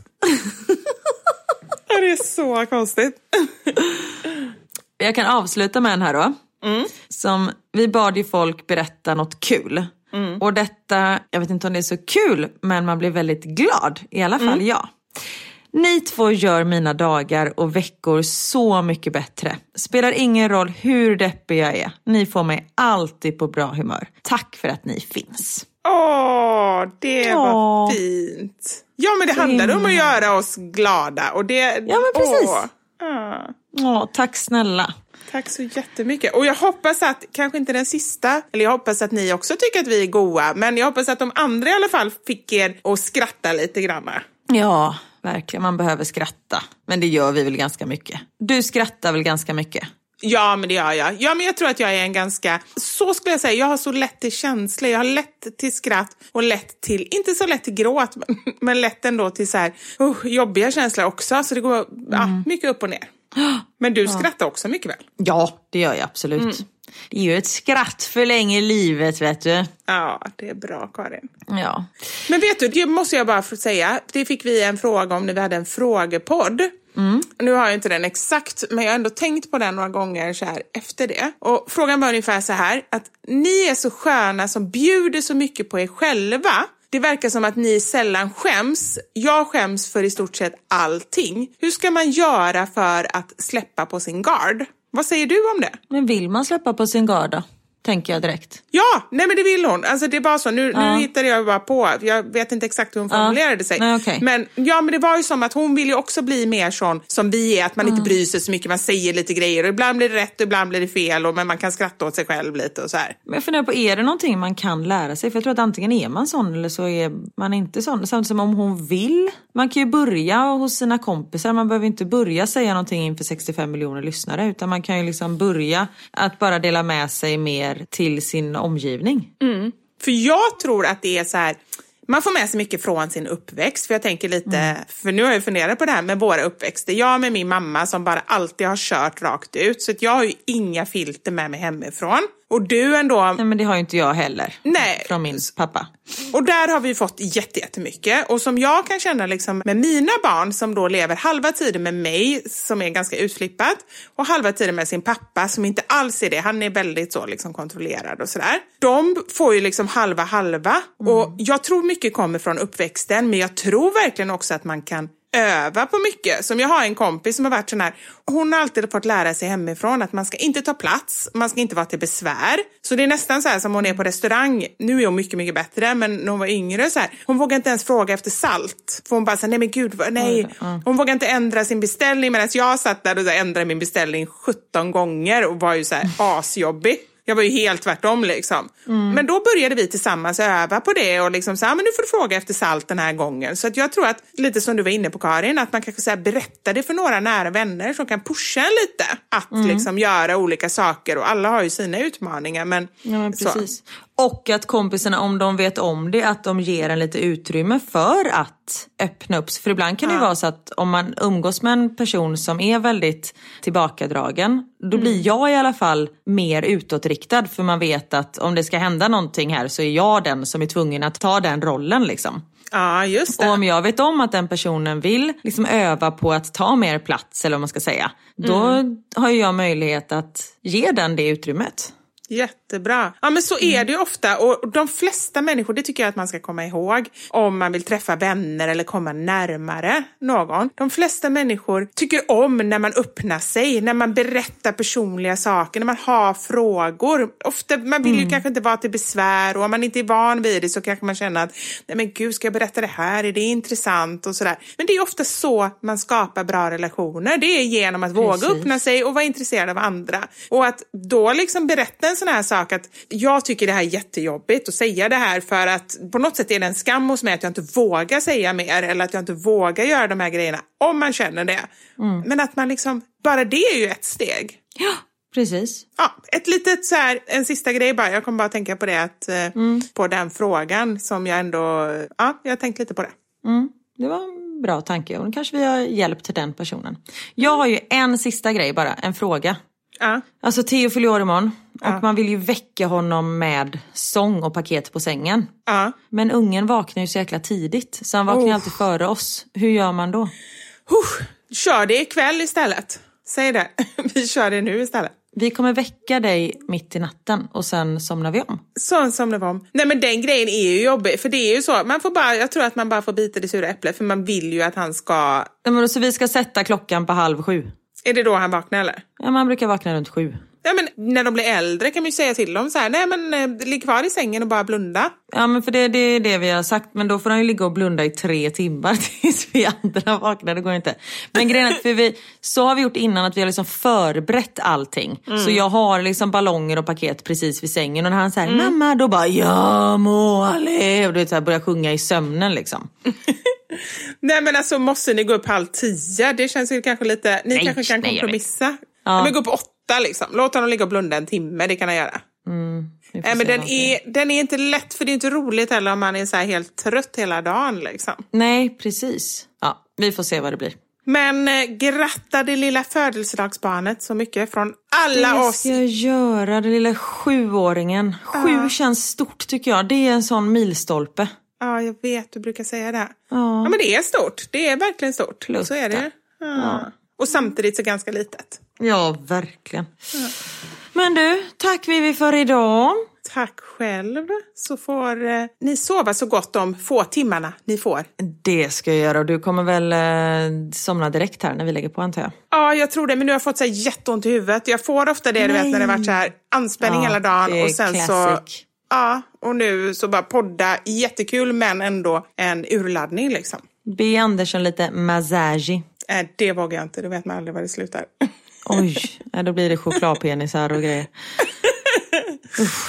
Det är så konstigt. Jag kan avsluta med en här då. Som vi bad ju folk berätta något kul. Och detta, jag vet inte om det är så kul, men man blir väldigt glad. I alla fall jag. Ni två gör mina dagar och veckor så mycket bättre. Spelar ingen roll hur deppig jag är. Ni får mig alltid på bra humör. Tack för att ni finns. Det var fint. Ja, men det handlar om att göra oss glada. Och det, ja, men precis. Tack snälla. Tack så jättemycket. Och jag hoppas att, kanske inte den sista, eller jag hoppas att ni också tycker att vi är goa. Men jag hoppas att de andra i alla fall fick er att skratta lite grann. Ja, verkligen. Man behöver skratta. Men det gör vi väl ganska mycket. Du skrattar väl ganska mycket? Ja, men det gör jag. Ja, men jag tror att jag är en ganska, så skulle jag säga, jag har så lätt till känslor. Jag har lätt till skratt och lätt till, inte så lätt till gråt, men lätt ändå till så här jobbiga känslor också. Så det går mycket upp och ner. Men du skrattar också mycket väl? Ja, det gör jag absolut. Det är ju ett skratt för länge i livet, vet du. Ja, det är bra, Karin. Ja. Men vet du, det måste jag bara få säga. Det fick vi en fråga om när vi hade en frågepodd. Nu har jag inte den exakt, men jag har ändå tänkt på den några gånger så här efter det. Och frågan var ungefär så här, att ni är så sköna som bjuder så mycket på er själva. Det verkar som att ni sällan skäms. Jag skäms för i stort sett allting. Hur ska man göra för att släppa på sin gard? Vad säger du om det? Men vill man släppa på sin gard då? Tänker jag direkt. Ja, nej men det vill hon. Alltså det är bara så, nu hittade jag bara på. Jag vet inte exakt hur hon formulerade sig. Nej, okay. Men det var ju som att hon vill ju också bli mer sån som vi är. Att man inte bryr sig så mycket, man säger lite grejer. Och ibland blir det rätt och ibland blir det fel. Men man kan skratta åt sig själv lite och så här. Men jag funderar på, är det någonting man kan lära sig? För jag tror att antingen är man sån eller så är man inte sån. Samtidigt som om hon vill Man kan ju börja hos sina kompisar. Man behöver inte börja säga någonting inför 65 miljoner lyssnare. Utan man kan ju liksom börja att bara dela med sig mer till sin omgivning. För jag tror att det är så här... Man får med sig mycket från sin uppväxt. För jag tänker lite, för nu har jag funderat på det här med våra uppväxter. Jag med min mamma som bara alltid har kört rakt ut. Så att jag har ju inga filter med mig hemifrån. Och du ändå... Nej, men det har ju inte jag heller. Nej. Från min pappa. Och där har vi fått jättemycket. Och som jag kan känna liksom med mina barn som då lever halva tiden med mig som är ganska utflippat. Och halva tiden med sin pappa som inte alls är det. Han är väldigt så liksom kontrollerad och sådär. De får ju liksom halva. Och jag tror mycket kommer från uppväxten. Men jag tror verkligen också att man kan öva på mycket. Som jag har en kompis som har varit sån här. Hon har alltid fått lära sig hemifrån att man ska inte ta plats. Man ska inte vara till besvär. Så det är nästan så här som hon är på restaurang. Nu är hon mycket vättre. Men när hon var yngre så här. Hon vågar inte ens fråga efter salt. För hon bara säger nej men gud, nej. Hon vågar inte ändra sin beställning. Medan jag satt där och så ändrade min beställning 17 gånger. Och var ju så här asjobbig. Jag var ju helt tvärtom liksom. Men då började vi tillsammans öva på det och liksom så här, men nu får du fråga efter salt den här gången. Så att jag tror att, lite som du var inne på Karin, att man kanske så här berättar det för några nära vänner som kan pusha en lite. Att liksom göra olika saker och alla har ju sina utmaningar. Men precis. Så. Och att kompisarna, om de vet om det, att de ger en lite utrymme för att öppna upp. För ibland kan det vara så att om man umgås med en person som är väldigt tillbakadragen, då blir jag i alla fall mer utåtriktad. För man vet att om det ska hända någonting här så är jag den som är tvungen att ta den rollen liksom. Ja, just det. Och om jag vet om att den personen vill liksom öva på att ta mer plats, eller vad man ska säga, då har jag möjlighet att ge den det utrymmet. Jättebra. Ja, men så är det ju ofta. Och de flesta människor, det tycker jag att man ska komma ihåg. Om man vill träffa vänner eller komma närmare någon. De flesta människor tycker om när man öppnar sig. När man berättar personliga saker. När man har frågor. Ofta, man vill ju kanske inte vara till besvär. Och om man inte är van vid det så kanske man känner att nej men gud, ska jag berätta det här? Är det intressant? Och sådär. Men det är ofta så man skapar bra relationer. Det är genom att våga öppna sig och vara intresserad av andra. Och att då liksom berätta en sån här sak att jag tycker det här är jättejobbigt att säga det här för att på något sätt är det en skam hos mig att jag inte vågar säga mer eller att jag inte vågar göra de här grejerna om man känner det. Men att man liksom, bara det är ju ett steg. Ja, precis. Ja, ett litet så här, en sista grej bara, jag kommer bara tänka på det att på den frågan som jag ändå, ja, jag har tänkt lite på det. Det var en bra tanke och kanske vi har hjälp till den personen. Jag har ju en sista grej bara, en fråga. Alltså Theo fyller år imorgon och man vill ju väcka honom med sång och paket på sängen. Men ungen vaknar ju så jäkla tidigt så han vaknar ju alltid före oss. Hur gör man då? Kör det ikväll istället. Säg det. Vi kör det nu istället. Vi kommer väcka dig mitt i natten och sen somnar vi om. Så somnar vi om. Nej men den grejen är ju jobbig. För det är ju så. Man får bara, jag tror att man bara får bita det sura äpplet. För man vill ju att han ska... Nej, men så vi ska sätta klockan på 6:30. Är det då han vaknar eller? Ja, man brukar vakna runt 7. Ja, men när de blir äldre kan man ju säga till dem så här, nej men ligg kvar i sängen och bara blunda. Ja, men för det är det vi har sagt. Men då får han ju ligga och blunda i 3 timmar tills vi andra vaknar. Det går inte. Men grejen är att så har vi gjort innan att vi har liksom förberett allting. Så jag har liksom ballonger och paket precis vid sängen. Och när han säger mamma, då bara ja må alle. Och du vet så här, börjar sjunga i sömnen liksom. Nej men alltså måste ni gå upp 9:30? Det känns ju kanske lite, ni kanske kan kompromissa. Ja. Men gå upp 8 liksom. Låt honom ligga och blunda en timme, det kan han göra. Men den är inte lätt, för det är inte roligt heller om man är så här helt trött hela dagen liksom. Nej, precis. Ja, vi får se vad det blir. Men gratta det lilla födelsedagsbarnet så mycket från alla oss. Det ska jag göra, den lilla 7-åringen. 7 känns stort tycker jag. Det är en sån milstolpe. Ja, jag vet, du brukar säga det. Ja, men det är stort. Det är verkligen stort. Plutta. Så är det. Ja. Och samtidigt så ganska litet. Ja, verkligen. Ja. Men du, tack Vivi för idag. Tack själv. Så får ni sova så gott de få timmarna ni får. Det ska jag göra. Och du kommer väl somna direkt här när vi lägger på, antar jag? Ja, jag tror det. Men nu har jag fått så här jätteont i huvudet. Jag får ofta det, du vet, när det har varit så här anspänning hela dagen. Och sen classic. Så... Ja, och nu så bara podda. Jättekul, men ändå en urladdning liksom. Be Andersson lite massage. Det vågar jag inte. Du vet man aldrig vad det slutar. Oj, då blir det chokladpenisar och grejer.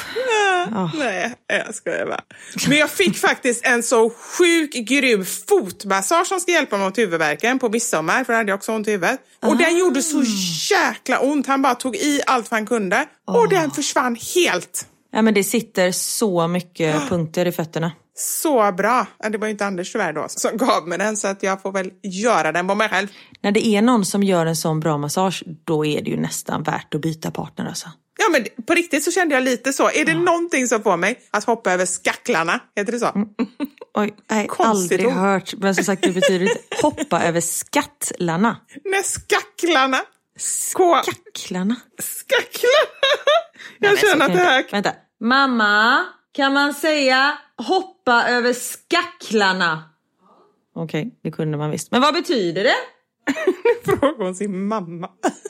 Nej, jag skojar bara. Men jag fick faktiskt en så sjuk grym fotmassage som ska hjälpa mig mot huvudvärken på midsommar, för jag hade också ont i huvudet. Och den gjorde så jäkla ont. Han bara tog i allt vad han kunde. Och den försvann helt. Ja, men det sitter så mycket punkter i fötterna. Så bra. Det var inte Anders tyvärr då som gav mig den, så att jag får väl göra den på mig själv. När det är någon som gör en sån bra massage, då är det ju nästan värt att byta partner alltså. Ja, men på riktigt så kände jag lite så. Är det någonting som får mig att hoppa över skacklarna? Heter det så? Oj, nej, aldrig hört. Men som sagt, det betyder inte hoppa över skattlarna. Nej, skacklarna. Skacklarna? Skacklarna. Jag känner att det här... Vänta. Mamma, kan man säga hoppa över skacklarna? Okej, det kunde man visst. Men vad betyder det? Nu frågar hon sin mamma.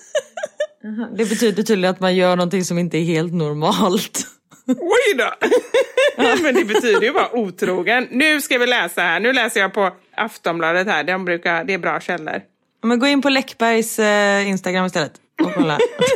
Det betyder tydligen att man gör någonting som inte är helt normalt. Oj då! Men det betyder ju bara otrogen. Nu ska vi läsa här. Nu läser jag på Aftonbladet här. Det är bra källor. Men gå in på Läckbergs Instagram istället och kolla.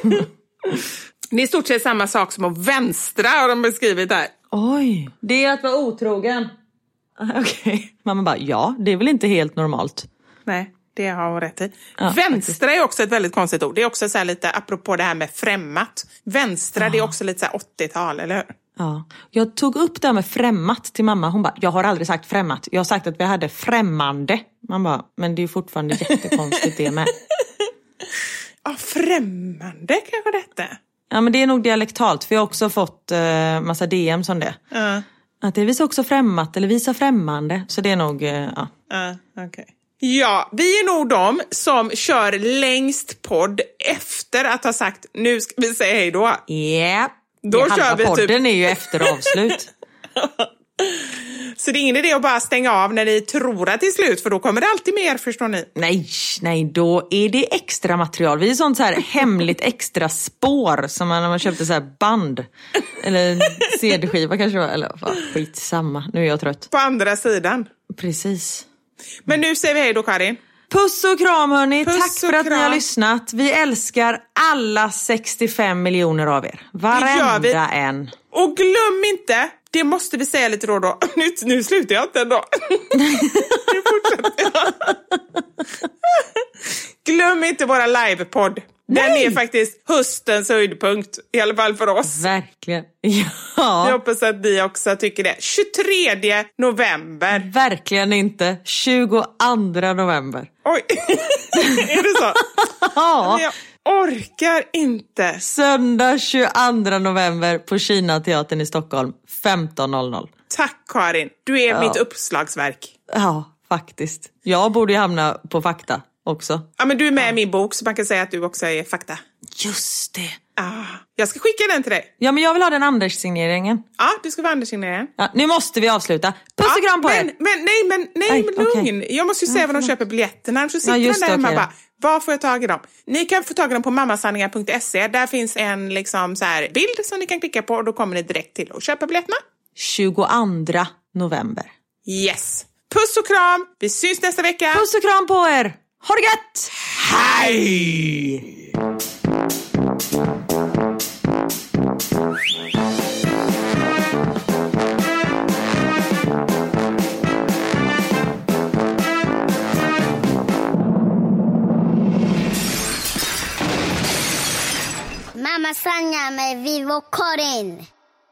Det är i stort sett samma sak som att vänstra har de beskrivit här. Oj, det är att vara otrogen. Okej. Mamma bara, ja, det är väl inte helt normalt. Nej, det har hon rätt i. Ja, vänstra är också ett väldigt konstigt ord. Det är också så här lite, apropå det här med främmat. Vänstra, det är också lite så här 80-tal, eller hur? Ja, jag tog upp det här med främmat till mamma. Hon bara, jag har aldrig sagt främmat. Jag har sagt att vi hade främmande. Man bara, men det är fortfarande jättekonstigt det med. Ja, främmande kanske detta. Ja, men det är nog dialektalt. För jag har också fått massa DM som det. Att det visar också främmat eller visar främmande. Så det är nog, ja. Okej. Ja, vi är nog de som kör längst podd efter att ha sagt, nu ska vi säga hej då. Ja, då kör vi podden typ... är ju efter avslut. Så det är ingen idé att bara stänga av när ni tror att det är slut, för då kommer det alltid mer, förstår ni? Nej, då är det extra material. Vi är sånt så här hemligt extra spår som när man köpte så här band. Eller CD-skiva kanske var, eller skitsamma, nu är jag trött. På andra sidan. Precis. Men nu säger vi hej då, Karin. Puss och kram hörni, Puss tack för att ni har lyssnat. Vi älskar alla 65 miljoner av er. Varenda en. Och glöm inte, det måste vi säga lite då. Nu slutar jag inte ändå. Nu fortsätter jag. Glöm inte våra livepodd. Den är faktiskt höstens höjdpunkt, i alla fall för oss. Verkligen, ja. Jag hoppas att ni också tycker det. 23 november. Verkligen inte. 22 november. Oj, är det så? Ja. Jag orkar inte. Söndag 22 november på Kinateatern i Stockholm, 15:00. Tack Karin, du är mitt uppslagsverk. Ja, faktiskt. Jag borde ju hamna på fakta också. Ja, men du är med i min bok, så man kan säga att du också är fakta. Just det. Jag ska skicka den till dig. Ja, men jag vill ha den Anders-signeringen. Ja, du ska vara Anders-signeringen. Ja, nu måste vi avsluta. Puss och kram på er. Men lugn. Okay. Jag måste ju säga vad de köper biljetterna. Så sitter de där hemma och bara, var får jag tag i dem? Ni kan få tag i dem på mammasanningar.se. Där finns en liksom så här bild som ni kan klicka på, och då kommer ni direkt till att köpa biljetterna. 22 november. Yes. Puss och kram. Vi syns nästa vecka. Puss och kram på er. Ha det gött! Hej! Mamma Sanja med Vivo Karin.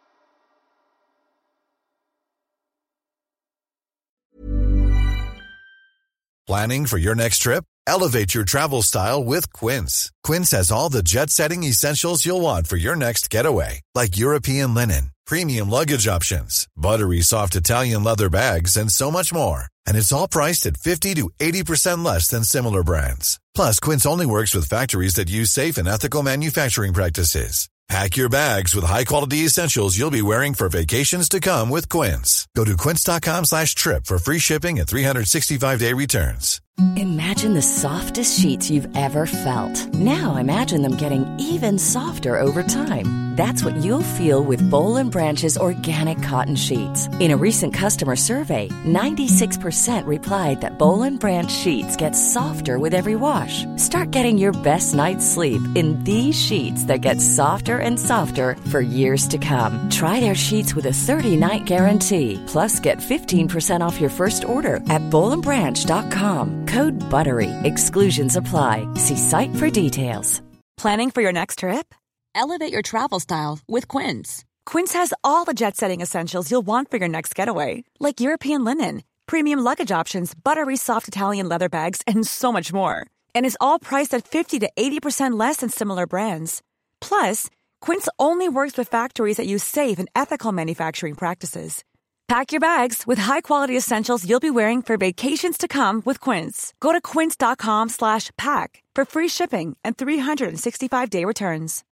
Planning for your next trip? Elevate your travel style with Quince. Quince has all the jet-setting essentials you'll want for your next getaway, like European linen, premium luggage options, buttery soft Italian leather bags, and so much more. And it's all priced at 50 to 80% less than similar brands. Plus, Quince only works with factories that use safe and ethical manufacturing practices. Pack your bags with high-quality essentials you'll be wearing for vacations to come with Quince. Go to quince.com/trip for free shipping and 365-day returns. Imagine the softest sheets you've ever felt. Now imagine them getting even softer over time. That's what you'll feel with Boll & Branch's organic cotton sheets. In a recent customer survey, 96% replied that Boll & Branch sheets get softer with every wash. Start getting your best night's sleep in these sheets that get softer and softer for years to come. Try their sheets with a 30-night guarantee. Plus, get 15% off your first order at bollandbranch.com. Code BUTTERY. Exclusions apply. See site for details. Planning for your next trip? Elevate your travel style with Quince. Quince has all the jet-setting essentials you'll want for your next getaway, like European linen, premium luggage options, buttery soft Italian leather bags, and so much more. And is all priced at 50 to 80% less than similar brands. Plus, Quince only works with factories that use safe and ethical manufacturing practices. Pack your bags with high-quality essentials you'll be wearing for vacations to come with Quince. Go to quince.com/pack for free shipping and 365-day returns.